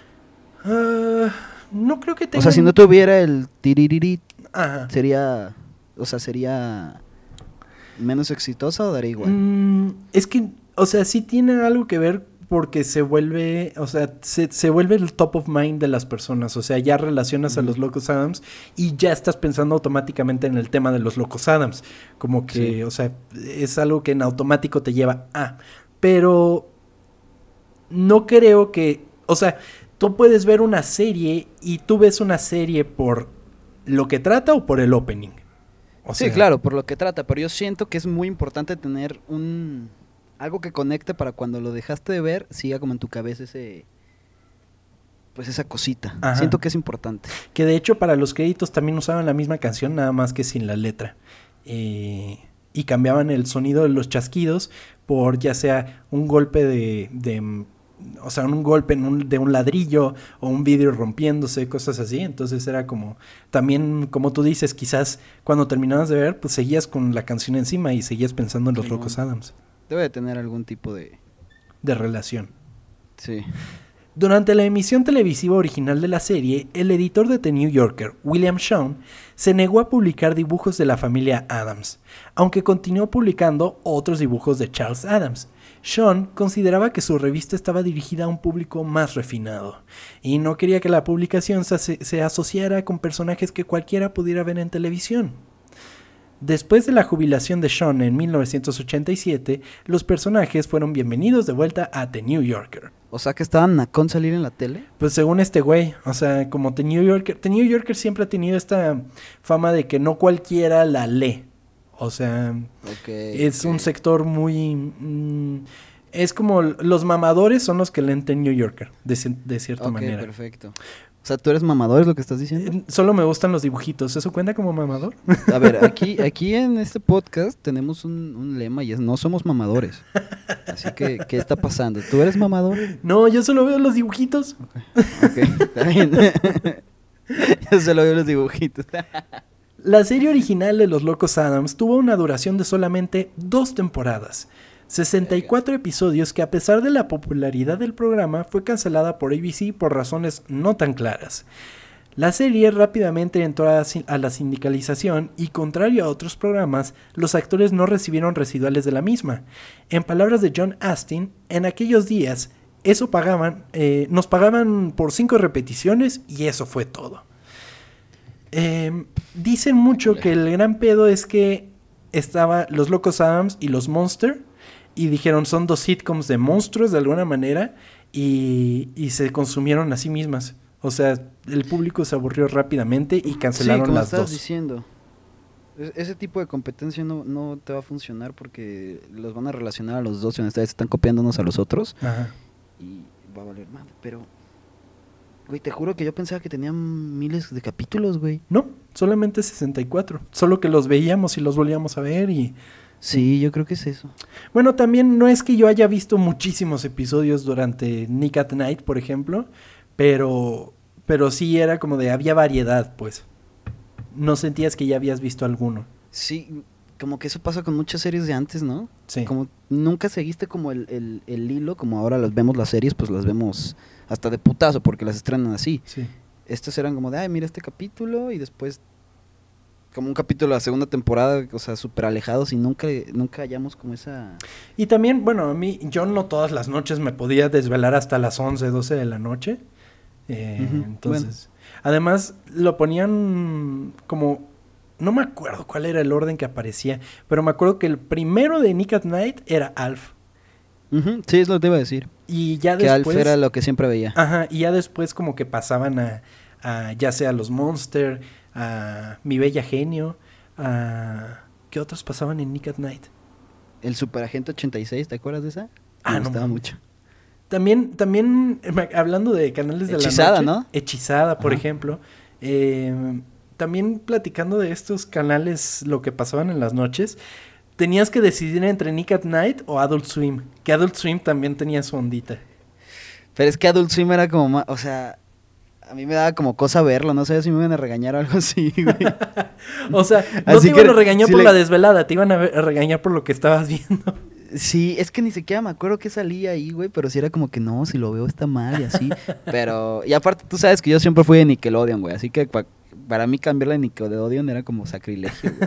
Uh, no creo que tenga... O sea, si no tuviera el tiririri, Ajá. sería... O sea, sería... ¿menos exitosa o daría igual? Mm, es que, o sea, sí tiene algo que ver porque se vuelve, o sea, se, se vuelve el top of mind de las personas. O sea, ya relacionas mm. a los Locos Addams y ya estás pensando automáticamente en el tema de los Locos Addams. Como que, sí. o sea, es algo que en automático te lleva a. Pero no creo que, o sea, tú puedes ver una serie y tú ves una serie por lo que trata o por el opening. O sea, sí, claro, por lo que trata, pero yo siento que es muy importante tener un algo que conecte para cuando lo dejaste de ver, siga como en tu cabeza ese pues esa cosita. Ajá. Siento que es importante. Que de hecho para los créditos también usaban la misma canción, nada más que sin la letra. Eh, y cambiaban el sonido de los chasquidos por ya sea un golpe de... de o sea, un golpe en un, de un ladrillo o un vidrio rompiéndose, cosas así. Entonces era como, también como tú dices, quizás cuando terminabas de ver, pues seguías con la canción encima y seguías pensando en los Simón. Locos Addams. Debe de tener algún tipo de... de relación. Sí. Durante la emisión televisiva original de la serie, el editor de The New Yorker, William Shawn, se negó a publicar dibujos de la familia Addams, aunque continuó publicando otros dibujos de Charles Addams. Shawn consideraba que su revista estaba dirigida a un público más refinado, y no quería que la publicación se, se asociara con personajes que cualquiera pudiera ver en televisión. Después de la jubilación de Shawn en mil novecientos ochenta y siete, los personajes fueron bienvenidos de vuelta a The New Yorker. O sea, que estaban con salir en la tele. Pues según este güey, o sea, como The New Yorker, The New Yorker siempre ha tenido esta fama de que no cualquiera la lee. O sea, okay, es okay. un sector muy... Mmm, es como los mamadores son los que leen The New Yorker, de, de cierta okay, manera. Perfecto. O sea, ¿tú eres mamador, es lo que estás diciendo? Eh, solo me gustan los dibujitos. ¿Eso cuenta como mamador? A ver, aquí, aquí en este podcast tenemos un, un lema y es no somos mamadores. Así que, ¿qué está pasando? ¿Tú eres mamador? No, yo solo veo los dibujitos. Ok, okay, está bien. Yo solo veo los dibujitos. La serie original de Los Locos Addams tuvo una duración de solamente dos temporadas. sesenta y cuatro episodios que a pesar de la popularidad del programa fue cancelada por A B C por razones no tan claras. La serie rápidamente entró a, a la sindicalización y contrario a otros programas, los actores no recibieron residuales de la misma. En palabras de John Astin, en aquellos días eso pagaban, eh, nos pagaban por cinco repeticiones y eso fue todo. Eh, dicen mucho que el gran pedo es que estaba Los Locos Adams y Los Monster y dijeron son dos sitcoms de monstruos de alguna manera y, y se consumieron a sí mismas. O sea, el público se aburrió rápidamente y cancelaron sí, como las estás dos. diciendo. Ese tipo de competencia no, no te va a funcionar porque los van a relacionar a los dos y ustedes están copiando unos a los otros. Ajá. Y va a valer madre, pero... Güey, te juro que yo pensaba que tenían miles de capítulos, güey. No, solamente sesenta y cuatro. Solo que los veíamos y los volvíamos a ver y... Sí, yo creo que es eso. Bueno, también no es que yo haya visto muchísimos episodios durante Nick at Night, por ejemplo, pero, pero sí era como de había variedad, pues. No sentías que ya habías visto alguno. Sí, como que eso pasa con muchas series de antes, ¿no? Sí. Como nunca seguiste como el, el, el hilo, como ahora las vemos las series, pues las vemos hasta de putazo porque las estrenan así. Sí. Estos eran como de, ay, mira este capítulo y después como un capítulo de la segunda temporada, o sea, súper alejados y nunca, nunca hallamos como esa... Y también, bueno, a mí, yo no todas las noches me podía desvelar hasta las once, doce de la noche. Eh, Ujú, entonces, además lo ponían como... No me acuerdo cuál era el orden que aparecía, pero me acuerdo que el primero de Nick at Night era Alf. Uh-huh, sí, es lo que te iba a decir. Y ya que después... Alf era lo que siempre veía. Ajá, y ya después como que pasaban a, a ya sea los Monster, a Mi Bella Genio, a... ¿Qué otros pasaban en Nick at Night? El Superagente ochenta y seis, ¿te acuerdas de esa? Ah, Me no gustaba mames. mucho. También, también, hablando de canales de Hechizada, la noche. ¿no? Hechizada, por Ajá. ejemplo. Eh, también platicando de estos canales, lo que pasaban en las noches, tenías que decidir entre Nick at Night o Adult Swim. Que Adult Swim también tenía su ondita. Pero es que Adult Swim era como más, o sea, a mí me daba como cosa verlo, no sé si me iban a regañar o algo así, güey. O sea, no Así te que iban a regañar si por le- la desvelada, te iban a, ver- a regañar por lo que estabas viendo. Sí, es que ni siquiera me acuerdo que salía ahí, güey, pero sí era como que no, si lo veo está mal y así. Pero, y aparte tú sabes que yo siempre fui de Nickelodeon, güey, así que pa- para mí cambiarle de Nickelodeon era como sacrilegio, güey.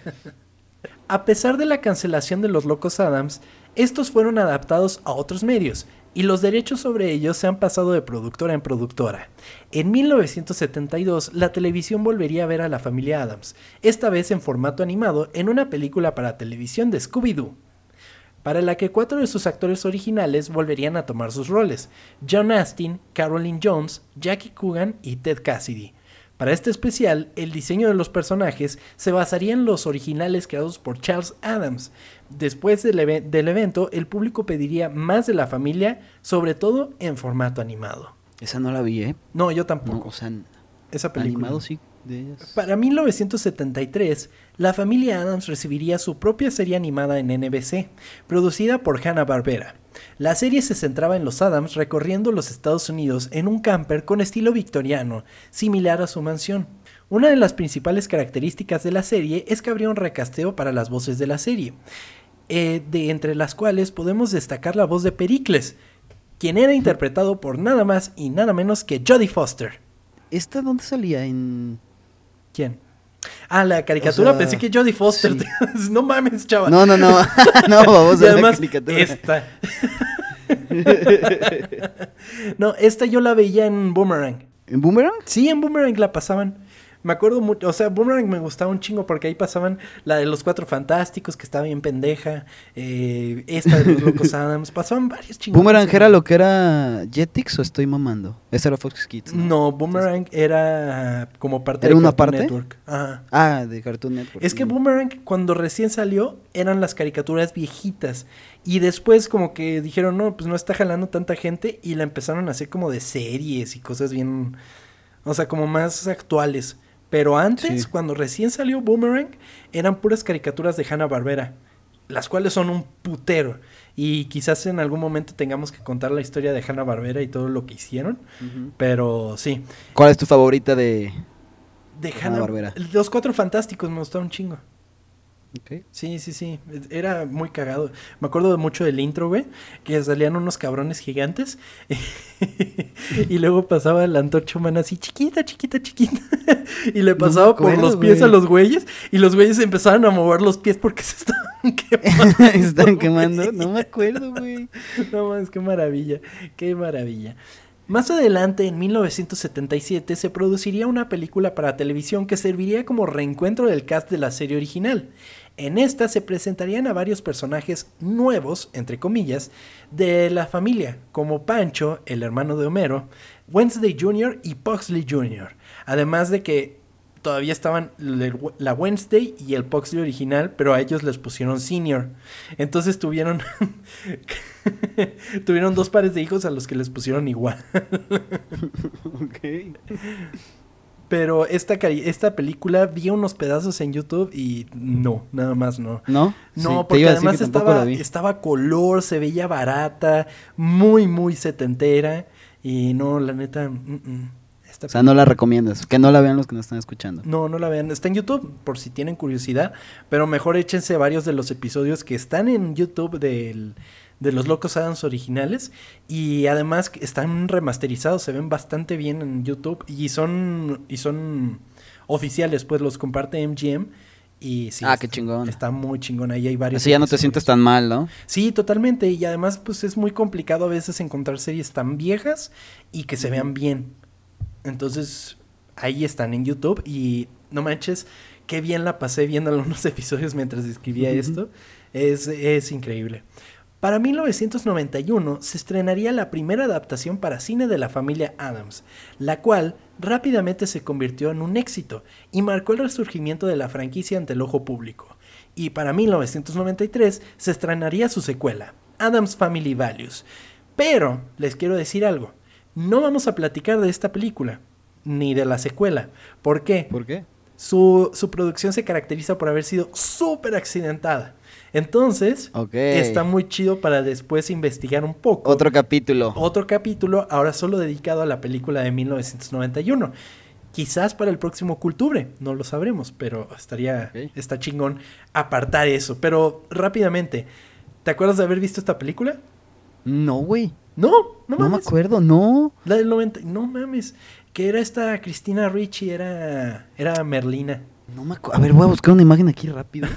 A pesar de la cancelación de Los Locos Adams, estos fueron adaptados a otros medios y los derechos sobre ellos se han pasado de productora en productora. En mil novecientos setenta y dos, la televisión volvería a ver a la familia Adams, esta vez en formato animado en una película para televisión de Scooby-Doo, para la que cuatro de sus actores originales volverían a tomar sus roles: John Astin, Carolyn Jones, Jackie Coogan y Ted Cassidy. Para este especial, el diseño de los personajes se basaría en los originales creados por Charles Adams. Después del, eve- del evento, el público pediría más de la familia, sobre todo en formato animado. Esa no la vi, ¿eh? No, yo No, tampoco. o sea, Esa película. animado sí, de ellas. Para mil novecientos setenta y tres, la familia Adams recibiría su propia serie animada en N B C, producida por Hanna-Barbera. La serie se centraba en los Adams recorriendo los Estados Unidos en un camper con estilo victoriano, similar a su mansión. Una de las principales características de la serie es que habría un recasteo para las voces de la serie, eh, de entre las cuales podemos destacar la voz de Pericles, quien era interpretado por nada más y nada menos que Jodie Foster. ¿Esta dónde salía? En... ¿Quién? Ah, la caricatura, O sea, pensé que Jodie Foster. sí. No mames, chaval. No, no, no, no, vamos Y a ver la además, caricatura. esta. No, esta yo la veía en Boomerang. ¿En Boomerang? Sí, en Boomerang la pasaban. Me acuerdo mucho, o sea, Boomerang me gustaba un chingo porque ahí pasaban la de los Cuatro Fantásticos, que estaba bien pendeja, eh, esta de los Locos Adams, pasaban varios chingos. ¿Boomerang era lo que era Jetix o estoy mamando? Esa era Fox Kids, ¿no? No, Boomerang era como parte ¿Era de una Cartoon parte? Network. Ajá. Ah, de Cartoon Network. Es que Mm. Boomerang, cuando recién salió, eran las caricaturas viejitas. Y después como que dijeron, no, pues no está jalando tanta gente. Y la empezaron a hacer como de series y cosas bien... O sea, como más actuales. Pero antes, Sí. cuando recién salió Boomerang, eran puras caricaturas de Hanna-Barbera. Las cuales son un putero. Y quizás en algún momento tengamos que contar la historia de Hanna-Barbera y todo lo que hicieron. Ujú. Pero sí. ¿Cuál es tu favorita de...? De Hanna-Barbera. Hanna... Los Cuatro Fantásticos me gustaron un chingo. Ok. Sí, sí, sí. Era muy cagado. Me acuerdo mucho del intro, güey. Que salían unos cabrones gigantes. Y luego pasaba la antorcha humana así, chiquita, chiquita, chiquita. Y le pasaba acuerdo, por los pies güey. a los güeyes. Y los güeyes empezaban a mover los pies porque se estaban quemando. Están quemando. No me acuerdo, güey. No más, qué maravilla. Qué maravilla. Más adelante, en mil novecientos setenta y siete, se produciría una película para televisión que serviría como reencuentro del cast de la serie original. En esta se presentarían a varios personajes nuevos, entre comillas, de la familia, como Pancho, el hermano de Homero, Wednesday junior y Pugsley junior Además de que todavía estaban la Wednesday y el Pugsley original, pero a ellos les pusieron senior. Entonces tuvieron tuvieron dos pares de hijos a los que les pusieron igual. Ok. Pero esta, cari- esta película vi unos pedazos en YouTube y no, nada más no. ¿No? No, Sí, te porque iba a decir además que tampoco estaba, la vi. estaba a color, se veía barata, muy, muy setentera. Y no, la neta, mm, mm, esta O sea, no la recomiendas. Que no la vean los que nos están escuchando. No, no la vean. Está en YouTube por si tienen curiosidad. Pero mejor échense varios de los episodios que están en YouTube del, de los Locos Adams originales. Y además están remasterizados. Se ven bastante bien en YouTube. Y son, y son oficiales, pues los comparte M G M. Y sí, Ah, está, qué chingón. Está muy chingón. Ahí hay varios Así ya no te episodios. sientes tan mal, ¿no? Sí, totalmente. Y además, pues es muy complicado a veces encontrar series tan viejas y que se vean bien. Entonces, ahí están en YouTube y no manches, qué bien la pasé viendo algunos episodios mientras escribía Ujú. esto. Es, es increíble. Para mil novecientos noventa y uno se estrenaría la primera adaptación para cine de la familia Addams, la cual rápidamente se convirtió en un éxito y marcó el resurgimiento de la franquicia ante el ojo público. Y para mil novecientos noventa y tres se estrenaría su secuela, Addams Family Values. Pero les quiero decir algo, no vamos a platicar de esta película, ni de la secuela. ¿Por qué? ¿Por qué? Su, su producción se caracteriza por haber sido súper accidentada. Entonces, Ok. está muy chido para después investigar un poco. Otro capítulo. Otro capítulo, ahora solo dedicado a la película de mil novecientos noventa y uno. Quizás para el próximo Cultubre, no lo sabremos, pero estaría, Ok. está chingón apartar eso. Pero rápidamente, ¿te acuerdas de haber visto esta película? No, güey. No, no No, me mames. acuerdo, no. La del noventa, no mames. Que era esta Cristina Ricci, era, era Merlina. No me acuerdo. A ver, voy a buscar una imagen aquí rápido.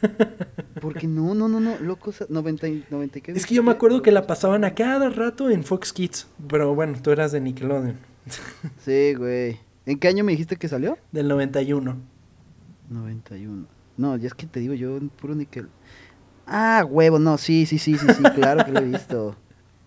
Porque no, no, no, no. Locos, noventa, y- noventa, ¿qué Es que yo me acuerdo que la pasaban a cada rato en Fox Kids. Pero bueno, tú eras de Nickelodeon. Sí, güey. ¿En qué año me dijiste que salió? Del noventa y uno. noventa y uno. No, ya es que te digo, yo puro Nickel. Ah, huevo, no, sí, sí, sí, sí, sí, claro que lo he visto.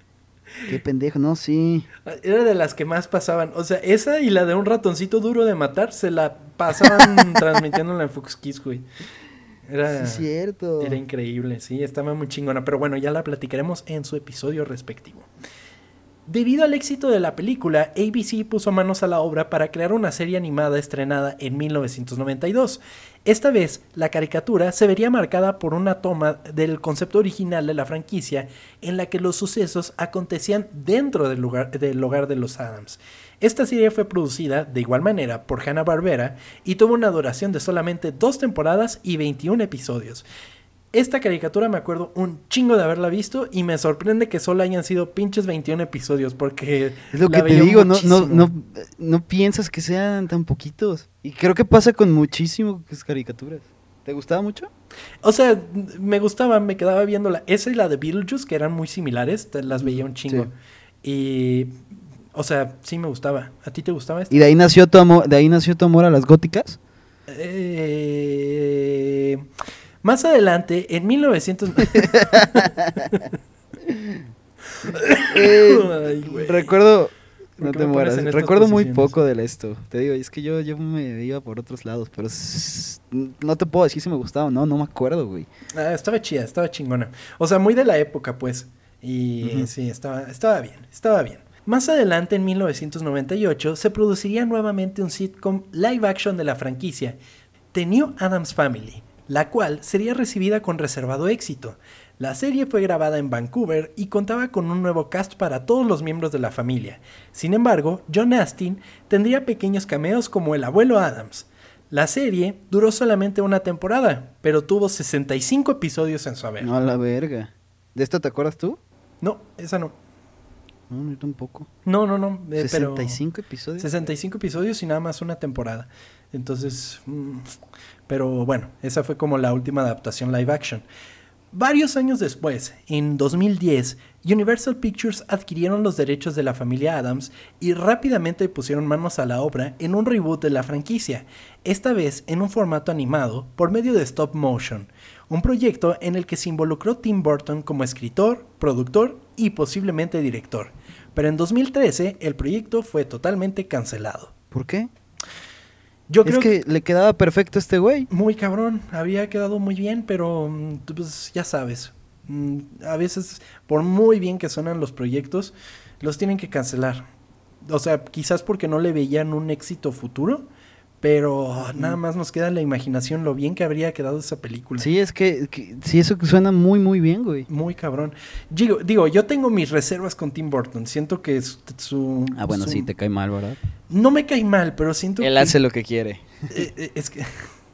Qué pendejo, no, sí. Era de las que más pasaban. O sea, esa y la de un ratoncito duro de matar se la pasaban transmitiéndola en Fox Kids, güey. Era, Sí, cierto. era increíble, sí, estaba muy chingona. Pero bueno, ya la platicaremos en su episodio respectivo. Debido al éxito de la película, A B C puso manos a la obra para crear una serie animada estrenada en mil novecientos noventa y dos. Esta vez, la caricatura se vería marcada por una toma del concepto original de la franquicia en la que los sucesos acontecían dentro del, lugar, del hogar de los Addams. Esta serie fue producida de igual manera por Hanna-Barbera y tuvo una duración de solamente dos temporadas y veintiún episodios. Esta caricatura me acuerdo un chingo de haberla visto y me sorprende que solo hayan sido pinches veintiún episodios porque Es lo la que te veía digo, no, no, muchísimo. no, no piensas que sean tan poquitos. Y creo que pasa con muchísimas caricaturas. ¿Te gustaba mucho? O sea, me gustaba, me quedaba viéndola. Esa y la de Beetlejuice, que eran muy similares, te las veía un chingo. Sí. Y, o sea, sí me gustaba. ¿A ti te gustaba esta? ¿Y de ahí nació tu amor, de ahí nació tu amor a las góticas? Eh, más adelante, en mil novecientos... Eh, Ay, güey. recuerdo, ¿Por no qué te me mueras, pones en estas recuerdo muy posiciones? poco de esto. Te digo, es que yo, yo me iba por otros lados, pero s- no te puedo decir si me gustaba o no, no me acuerdo, güey. Ah, estaba chida, estaba chingona. O sea, muy de la época, pues. Y Ujú. sí, estaba, estaba bien, estaba bien. Más adelante, en mil novecientos noventa y ocho, se produciría nuevamente un sitcom live action de la franquicia, The New Addams Family, la cual sería recibida con reservado éxito. La serie fue grabada en Vancouver y contaba con un nuevo cast para todos los miembros de la familia. Sin embargo, John Astin tendría pequeños cameos como el abuelo Addams. La serie duró solamente una temporada, pero tuvo sesenta y cinco episodios en su haber. No, a la verga. ¿De esto te acuerdas tú? No, esa no. No, yo tampoco. No, no, no. eh, ¿sesenta y pero cinco episodios? sesenta y cinco episodios y nada más una temporada. Entonces, mm, pero bueno, esa fue como la última adaptación live action. Varios años después, en dos mil diez, Universal Pictures adquirieron los derechos de la familia Addams y rápidamente pusieron manos a la obra en un reboot de la franquicia, esta vez en un formato animado por medio de stop motion, un proyecto en el que se involucró Tim Burton como escritor, productor y posiblemente director. Pero en dos mil trece el proyecto fue totalmente cancelado. ¿Por qué? Yo es creo que, que le quedaba perfecto a este güey. Muy cabrón, había quedado muy bien, pero mm, pues ya sabes, mm, a veces por muy bien que suenan los proyectos, los tienen que cancelar. O sea, quizás porque no le veían un éxito futuro, pero mm. nada más nos queda en la imaginación lo bien que habría quedado esa película. Sí, es que, que sí, eso suena muy, muy bien, güey. Muy cabrón. Digo, digo, yo tengo mis reservas con Tim Burton, siento que su... su ah, bueno, su... sí, te cae mal, ¿verdad? No me cae mal, pero siento Él que... hace lo que quiere. Eh, eh, es que...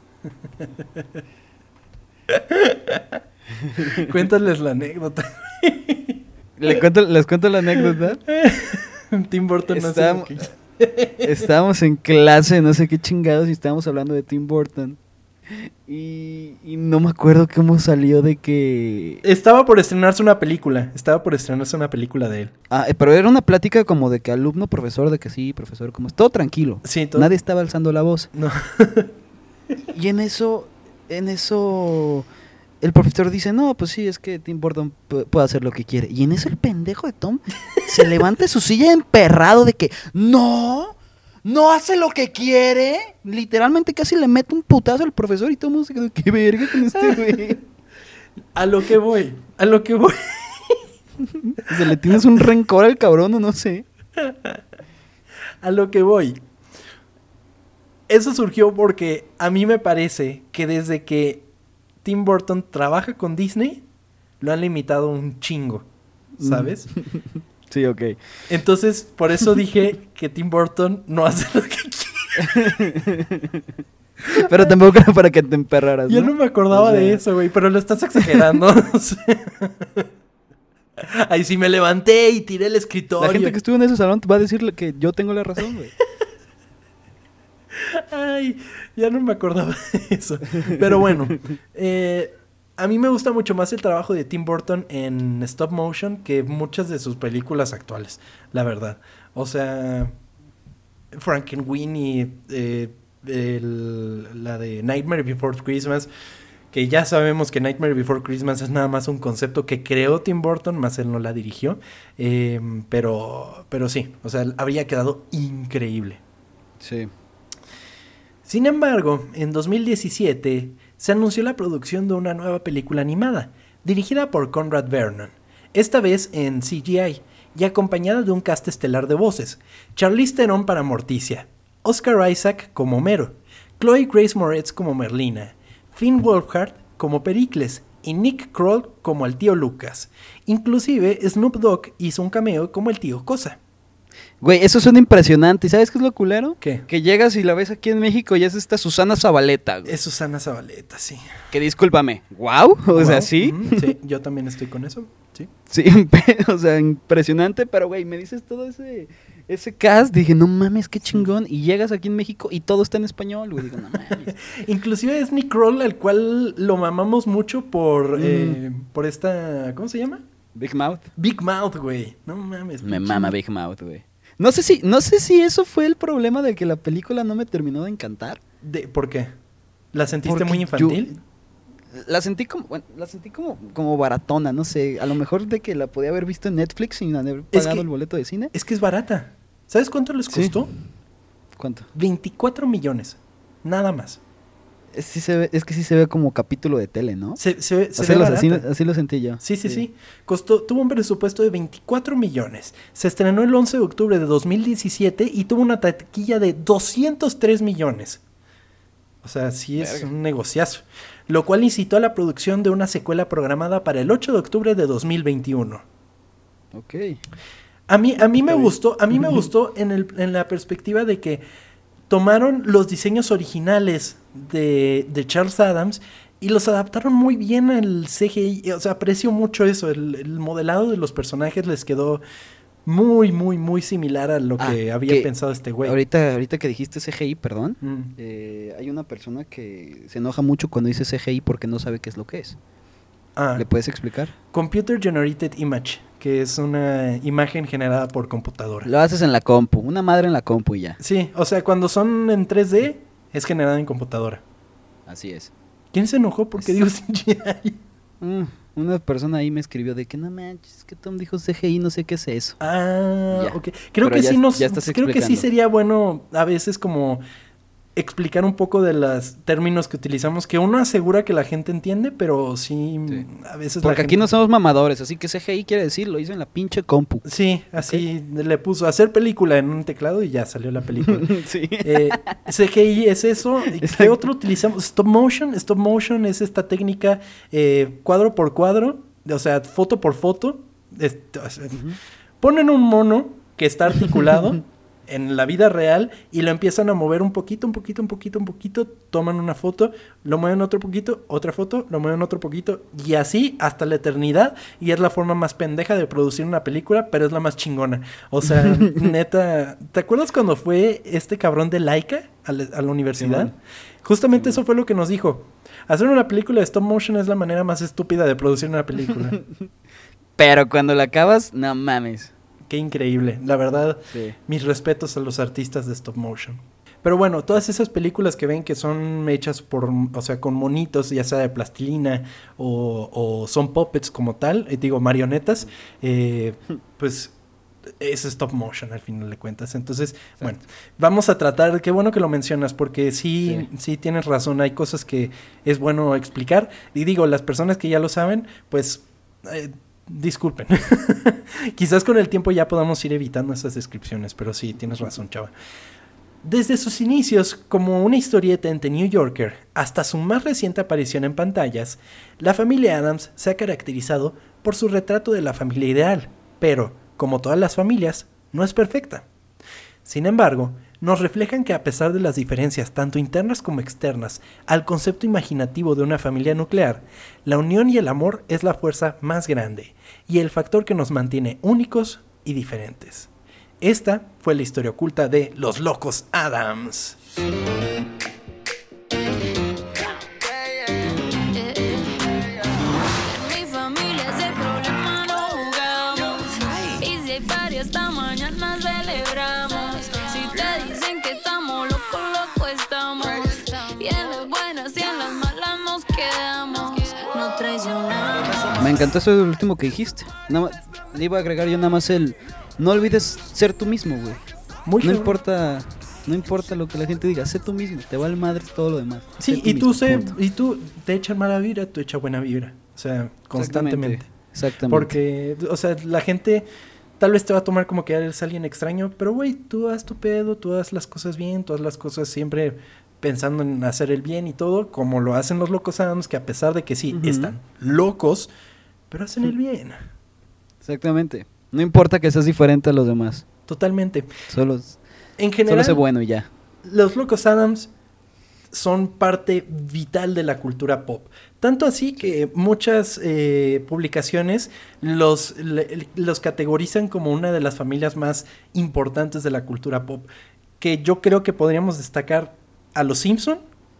Cuéntales la anécdota. ¿Le cuento, ¿Les cuento la anécdota? Tim Burton no Estábamos, hace lo que... estábamos en clase, no sé qué chingados, y estábamos hablando de Tim Burton. Y, y no me acuerdo cómo salió de que... Estaba por estrenarse una película. Estaba por estrenarse una película de él. Ah, pero era una plática como de que alumno, profesor, de que sí, profesor, como es todo tranquilo. Sí, todo... Nadie estaba alzando la voz. No. Y en eso, en eso, el profesor dice, no, pues sí, es que Tim Burton pu- puede hacer lo que quiere. Y en eso el pendejo de Tom se levanta de su silla emperrado de que, no, no hace lo que quiere. Literalmente casi le mete un putazo al profesor y todo el mundo se quedó, qué verga con este güey. A lo que voy, a lo que voy. Se le tienes un rencor al cabrón o no sé. A lo que voy. Eso surgió porque a mí me parece que desde que Tim Burton trabaja con Disney, lo han limitado un chingo, ¿sabes? Sí, ok. Entonces, por eso dije que Tim Burton no hace lo que quiere. Pero tampoco era para que te emperraras, Yo ¿no? no me acordaba O sea... de eso, güey, pero lo estás exagerando. O sea, ahí sí me levanté y tiré el escritorio. La gente que estuvo en ese salón te va a decir que yo tengo la razón, güey. Ay, ya no me acordaba de eso. Pero bueno, eh, a mí me gusta mucho más el trabajo de Tim Burton en stop motion que muchas de sus películas actuales, la verdad. O sea, Frankenweenie, eh, el, la de Nightmare Before Christmas, que ya sabemos que Nightmare Before Christmas es nada más un concepto que creó Tim Burton, más él no la dirigió. Eh, pero, pero sí, o sea, habría quedado increíble. Sí. Sin embargo, en dos mil diecisiete se anunció la producción de una nueva película animada, dirigida por Conrad Vernon, esta vez en C G I y acompañada de un cast estelar de voces: Charlize Theron para Morticia, Oscar Isaac como Homero, Chloe Grace Moretz como Merlina, Finn Wolfhard como Pericles y Nick Kroll como el tío Lucas. Inclusive Snoop Dogg hizo un cameo como el tío Cosa. Güey, eso suena impresionante. ¿Y sabes qué es lo culero? ¿Qué? Que llegas y la ves aquí en México y es esta Susana Zabaleta, güey. Es Susana Zabaleta, sí. Que discúlpame, ¿wow? O Wow. sea, ¿sí? Uh-huh. Sí, yo también estoy con eso, sí. Sí, o sea, impresionante, pero güey, me dices todo ese ese cast, dije, no mames, qué chingón. Y llegas aquí en México y todo está en español, güey. Digo, no mames. Inclusive es Nick Kroll, al cual lo mamamos mucho por, Mm. eh, por esta, ¿cómo se llama? Big Mouth. Big Mouth, güey. No mames. Me pinche mama Nick- Big Mouth, güey. No sé si, no sé si eso fue el problema de que la película no me terminó de encantar. De, ¿Por qué? ¿La sentiste Porque muy infantil? yo- la sentí como, bueno, la sentí como, como baratona, no sé. A lo mejor de que la podía haber visto en Netflix sin haber Es pagado que- el boleto de cine. Es que es barata. ¿Sabes cuánto les Sí. costó? ¿Cuánto? veinticuatro millones. Nada más. Es, sí se ve, es que sí se ve como capítulo de tele, ¿no? Se, se, ve- se Así, ve lo, barata. así, así lo sentí yo. Sí, sí, sí. Costó, tuvo un presupuesto de veinticuatro millones. Se estrenó el once de octubre de dos mil diecisiete y tuvo una taquilla de doscientos tres millones. O sea, sí es Verga. un negociazo. Lo cual incitó a la producción de una secuela programada para el ocho de octubre de dos mil veintiuno. Ok. A mí, a mí me Está bien. gustó, a mí me gustó en, el, en la perspectiva de que tomaron los diseños originales de, de Charles Addams y los adaptaron muy bien al C G I. O sea, aprecio mucho eso. El, el modelado de los personajes les quedó muy, muy, muy similar a lo Ah, que había que pensado este güey. Ahorita, ahorita que dijiste C G I, perdón, Mm. eh, hay una persona que se enoja mucho cuando dice C G I porque no sabe qué es lo que es. Ah, ¿Le puedes explicar? Computer Generated Image, que es una imagen generada por computadora. Lo haces en la compu, una madre en la compu y ya. Sí, o sea, cuando son en tres D, es generada en computadora. Así es. ¿Quién se enojó porque Es- digo C G I? Mm, una persona ahí me escribió de que no manches, es que Tom dijo C G I, no sé qué es eso. Ah, Ya. ok. Creo Pero que ya sí es- nos, ya estás creo que sí explicando. sería bueno a veces como explicar un poco de los términos que utilizamos, que uno asegura que la gente entiende, pero sí, Sí. a veces la Porque aquí gente- no somos mamadores, así que C G I quiere decir, lo hizo en la pinche compu. Sí, así le puso hacer película en un teclado y ya salió la película. Sí. Eh, C G I es eso. ¿Y ¿Qué Exacto. otro utilizamos? Stop motion. Stop motion es esta técnica eh, cuadro por cuadro, o sea, foto por foto. Este, o sea, ponen un mono que está articulado en la vida real y lo empiezan a mover un poquito, un poquito, un poquito, un poquito. Toman una foto, lo mueven otro poquito, otra foto, lo mueven otro poquito y así hasta la eternidad. Y es la forma más pendeja de producir una película, pero es la más chingona. O sea, neta, ¿te acuerdas cuando fue este cabrón de Laika a la, a la universidad? Sí, Justamente Sí, eso fue lo que nos dijo. Hacer una película de stop motion es la manera más estúpida de producir una película. Pero cuando la acabas, no mames. Qué increíble. La verdad, Sí. mis respetos a los artistas de stop motion. Pero bueno, todas esas películas que ven que son hechas por, o sea, con monitos, ya sea de plastilina o, o son puppets como tal, eh, digo, marionetas, eh, pues es stop motion al final de cuentas. Entonces, bueno, vamos a tratar, qué bueno que lo mencionas, porque sí, sí, sí tienes razón, hay cosas que es bueno explicar. Y digo, las personas que ya lo saben, pues... Eh, disculpen. Quizás con el tiempo ya podamos ir evitando esas descripciones, pero sí, tienes razón, chava. Desde sus inicios como una historieta en The New Yorker hasta su más reciente aparición en pantallas, la familia Addams se ha caracterizado por su retrato de la familia ideal, pero, como todas las familias, no es perfecta. Sin embargo, nos reflejan que a pesar de las diferencias tanto internas como externas al concepto imaginativo de una familia nuclear, la unión y el amor es la fuerza más grande y el factor que nos mantiene únicos y diferentes. Esta fue la historia oculta de Los Locos Addams. Mi familia ese problema no jugamos. Y si hay party esta mañana celebramos. Si te dicen que estamos locos, locos estamos. Y en las buenas y en las malas nos quedamos. No traicionamos. Me encantó eso del último que dijiste. Nada más- le iba a agregar yo nada más el... No olvides ser tú mismo, güey. Muy No cabrón. importa... No importa lo que la gente diga, sé tú mismo, te vale madre todo lo demás. Sí, Sé y tú, mismo, sé, punto. y tú te echas mala vibra, tú echas buena vibra. O sea, constantemente. Exactamente. Porque, o sea, la gente tal vez te va a tomar como que eres alguien extraño, pero güey, tú haz tu pedo, tú haz las cosas bien, tú haz las cosas siempre pensando en hacer el bien y todo, como lo hacen los Locos Addams, que a pesar de que sí, Ujú. están locos, pero hacen el bien. Exactamente. No importa que seas diferente a los demás. Totalmente. Solo, En solo general, sé bueno y ya. los Locos Addams son parte vital de la cultura pop. Tanto así que muchas eh, publicaciones los, le- los categorizan como una de las familias más importantes de la cultura pop. Que yo creo que podríamos destacar a los Simpson,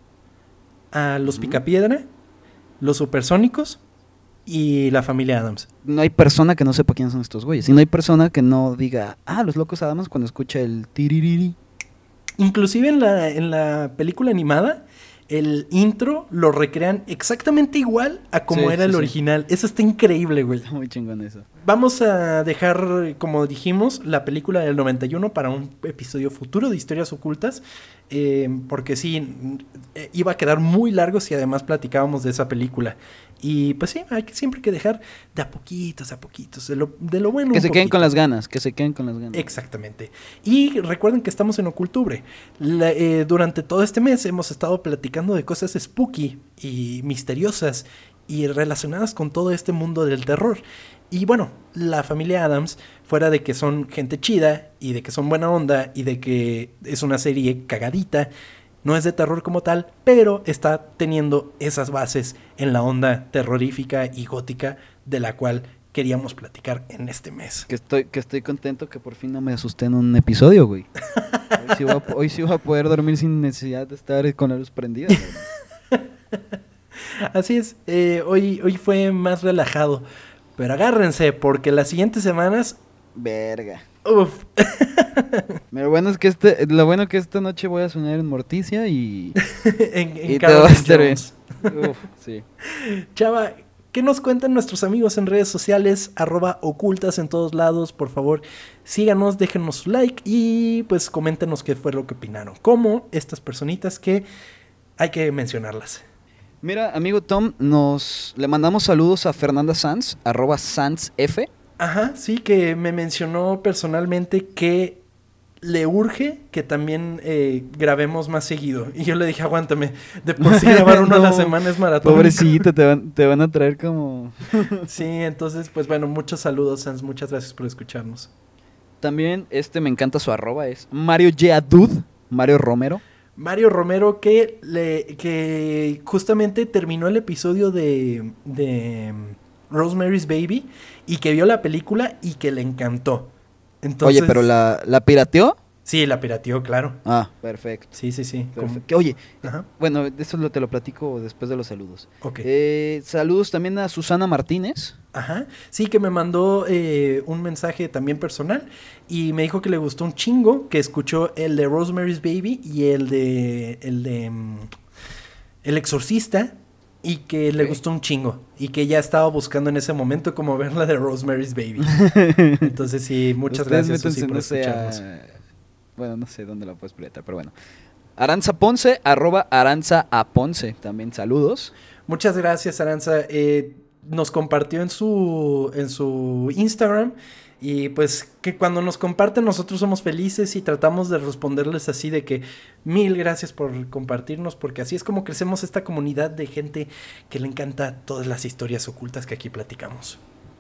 a los Ujú. Picapiedra, los Supersónicos y la familia Addams. No hay persona que no sepa quiénes son estos güeyes. Y no hay persona que no diga, ah, los Locos Adams cuando escucha el tiririri. Inclusive en la, en la película animada, el intro lo recrean exactamente igual a como Sí, era sí, el sí. original. Eso está increíble, güey. Muy chingón eso. Vamos a dejar, como dijimos, la película del noventa y uno para un episodio futuro de Historias Ocultas. eh, porque sí, eh, iba a quedar muy largo si además platicábamos de esa película. Y pues sí, hay que siempre que dejar de a poquitos, a poquitos, de lo, de lo bueno. Que un se queden poquito. con las ganas, que se queden con las ganas. Exactamente. Y recuerden que estamos en Ocultubre. La- eh, durante todo este mes hemos estado platicando de cosas spooky y misteriosas y relacionadas con todo este mundo del terror. Y bueno, la familia Addams, fuera de que son gente chida y de que son buena onda y de que es una serie cagadita, no es de terror como tal, pero está teniendo esas bases en la onda terrorífica y gótica de la cual queríamos platicar en este mes. Que estoy, que estoy contento que por fin no me asusté en un episodio, güey. Hoy sí voy a, hoy sí voy a poder dormir sin necesidad de estar con la luz prendida, güey. Así es, eh, hoy, hoy fue más relajado, pero agárrense porque las siguientes semanas, Verga. uff, Lo bueno es que este, lo bueno que esta noche voy a soñar en Morticia y, en, en y Carol todo va a estar bien. Jones. Uf, sí. Chava, ¿qué nos cuentan nuestros amigos en redes sociales? Arroba ocultas en todos lados, por favor, síganos, déjenos su like y pues coméntenos qué fue lo que opinaron. Como estas personitas que hay que mencionarlas. Mira, amigo Tom, nos le mandamos saludos a Fernanda Sanz, arroba SanzF. Ajá, sí, que me mencionó personalmente que le urge que también eh, grabemos más seguido. Y yo le dije, aguántame, de por sí grabar uno No, a la semana es maratón. Pobrecito, te van, te van a traer como... Sí, entonces, pues bueno, muchos saludos, Sans, muchas gracias por escucharnos. También, este me encanta su arroba, es Mario Yeadud, Mario Romero. Mario Romero que le que justamente terminó el episodio de, de Rosemary's Baby y que vio la película y que le encantó. Entonces, Oye, pero la, ¿la pirateó? Sí, la pirateó, claro. Ah, perfecto. Sí, sí, sí. perfecto. Que, Oye, Ajá. eh, bueno, de eso lo, te lo platico después de los saludos. Ok. Eh, saludos también a Susana Martínez. Ajá. Sí, que me mandó eh, un mensaje también personal y me dijo que le gustó un chingo, que escuchó el de Rosemary's Baby y el de el de um, El Exorcista y que le Ok. gustó un chingo y que ya estaba buscando en ese momento como ver la de Rosemary's Baby. Entonces sí, muchas Ustedes gracias Susi, métanse, por no sé, escucharnos. a- Bueno, no sé dónde la puedes piratear, pero bueno. Aranza Ponce, arroba Aranza a Ponce. También saludos. Muchas gracias, Aranza. Eh, nos compartió en su, en su Instagram. Y pues que cuando nos comparten nosotros somos felices y tratamos de responderles así de que mil gracias por compartirnos, porque así es como crecemos esta comunidad de gente que le encanta todas las historias ocultas que aquí platicamos.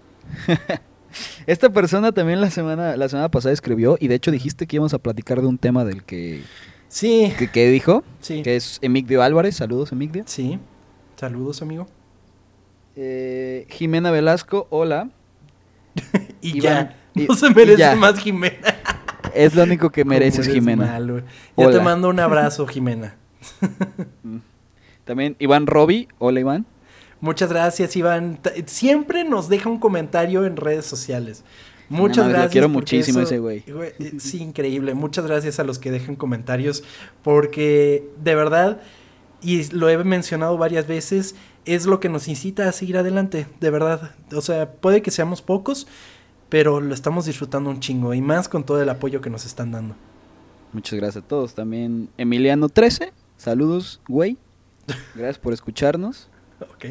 Esta persona también la semana, la semana pasada escribió y de hecho dijiste que íbamos a platicar de un tema del que, Sí, que, que dijo, sí, que es Emigdio Álvarez. Saludos, Emigdio. sí. Saludos, amigo. Eh, Jimena Velasco, hola. Y Iván, ya, y- no se y merece ya. más Jimena. Es lo único que mereces, Cómo eres Jimena. mal, güey. Ya Hola. te mando un abrazo, Jimena. También Iván Robi, hola Iván. Muchas gracias, Iván. T- Siempre nos deja un comentario en redes sociales. Muchas No mames, lo gracias. quiero porque muchísimo eso- ese güey. Es increíble. Muchas gracias a los que dejan comentarios. Porque de verdad, y lo he mencionado varias veces, es lo que nos incita a seguir adelante. De verdad. O sea, puede que seamos pocos, pero lo estamos disfrutando un chingo. Y más con todo el apoyo que nos están dando. Muchas gracias a todos. También Emiliano trece, saludos, güey. Gracias por escucharnos. Ok.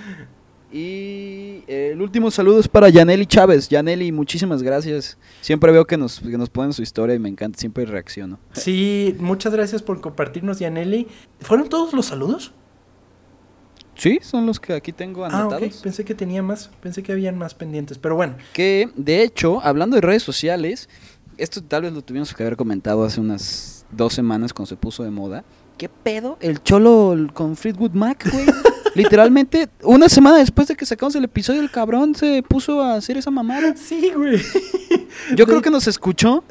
Y eh, el último saludo es para Yaneli Chávez. Yaneli, muchísimas gracias. Siempre veo que nos, que nos ponen su historia y me encanta, siempre reacciono. Sí, muchas gracias por compartirnos, Yaneli. ¿Fueron todos los saludos? Sí, son los que aquí tengo Ah, anotados. ok. Pensé que tenía más. Pensé que habían más pendientes. Pero bueno. Que, de hecho, hablando de redes sociales, esto tal vez lo tuvimos que haber comentado hace unas dos semanas cuando se puso de moda. ¿Qué pedo? El cholo con Fleetwood Mac, güey. Literalmente, una semana después de que sacamos el episodio, el cabrón se puso a hacer esa mamada. Sí, güey. Yo creo que nos escuchó.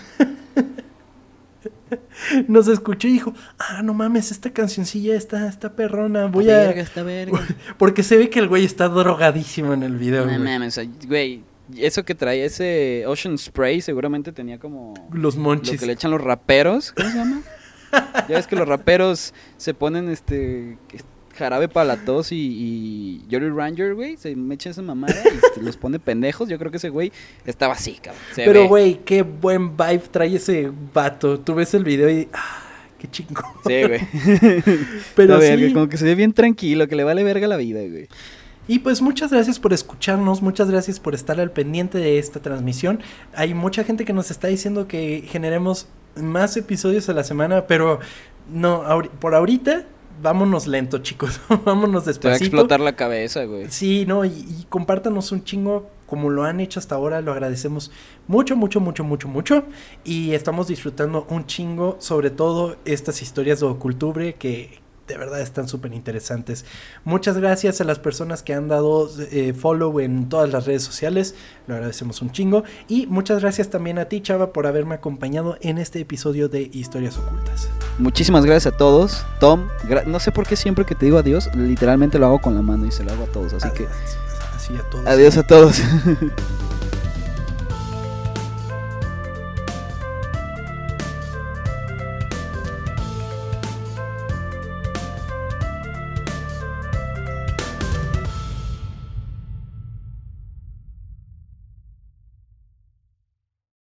Nos escuchó y dijo, ah, no mames, esta cancioncilla está, está perrona. Voy Esta a... verga, esta verga. Porque se ve que el güey está drogadísimo en el video, No güey. mames, güey. Eso que traía ese Ocean Spray seguramente tenía como Los lo monchis. que le echan los raperos. ¿Cómo se llama? Ya ves que los raperos se ponen este que- jarabe para la tos y, y Jolly Ranger, güey, se me echa esa mamada y se los pone pendejos. Yo creo que ese güey estaba así, cabrón. Se Pero, ve. güey, qué buen vibe trae ese vato. Tú ves el video y... Ah, qué chingón. Sí, güey. Pero La verga, sí. como que se ve bien tranquilo, que le vale verga la vida, güey. Y pues muchas gracias por escucharnos, muchas gracias por estar al pendiente de esta transmisión. Hay mucha gente que nos está diciendo que generemos más episodios a la semana, pero no, ahori- por ahorita vámonos lento, chicos, vámonos Te va a despacito. explotar la cabeza, güey. Sí, no, y, y compártanos un chingo. como lo han hecho hasta ahora. Lo agradecemos mucho, mucho, mucho, mucho, mucho. Y estamos disfrutando un chingo, sobre todo estas historias de Ocultubre que de verdad están súper interesantes. Muchas gracias a las personas que han dado eh, follow en todas las redes sociales. Lo agradecemos un chingo. Y muchas gracias también a ti, Chava, por haberme acompañado en este episodio de Historias Ocultas. Muchísimas gracias a todos. Tom, gra- no sé por qué siempre que te digo adiós, literalmente lo hago con la mano y se lo hago a todos. Así que Así a todos. adiós a todos.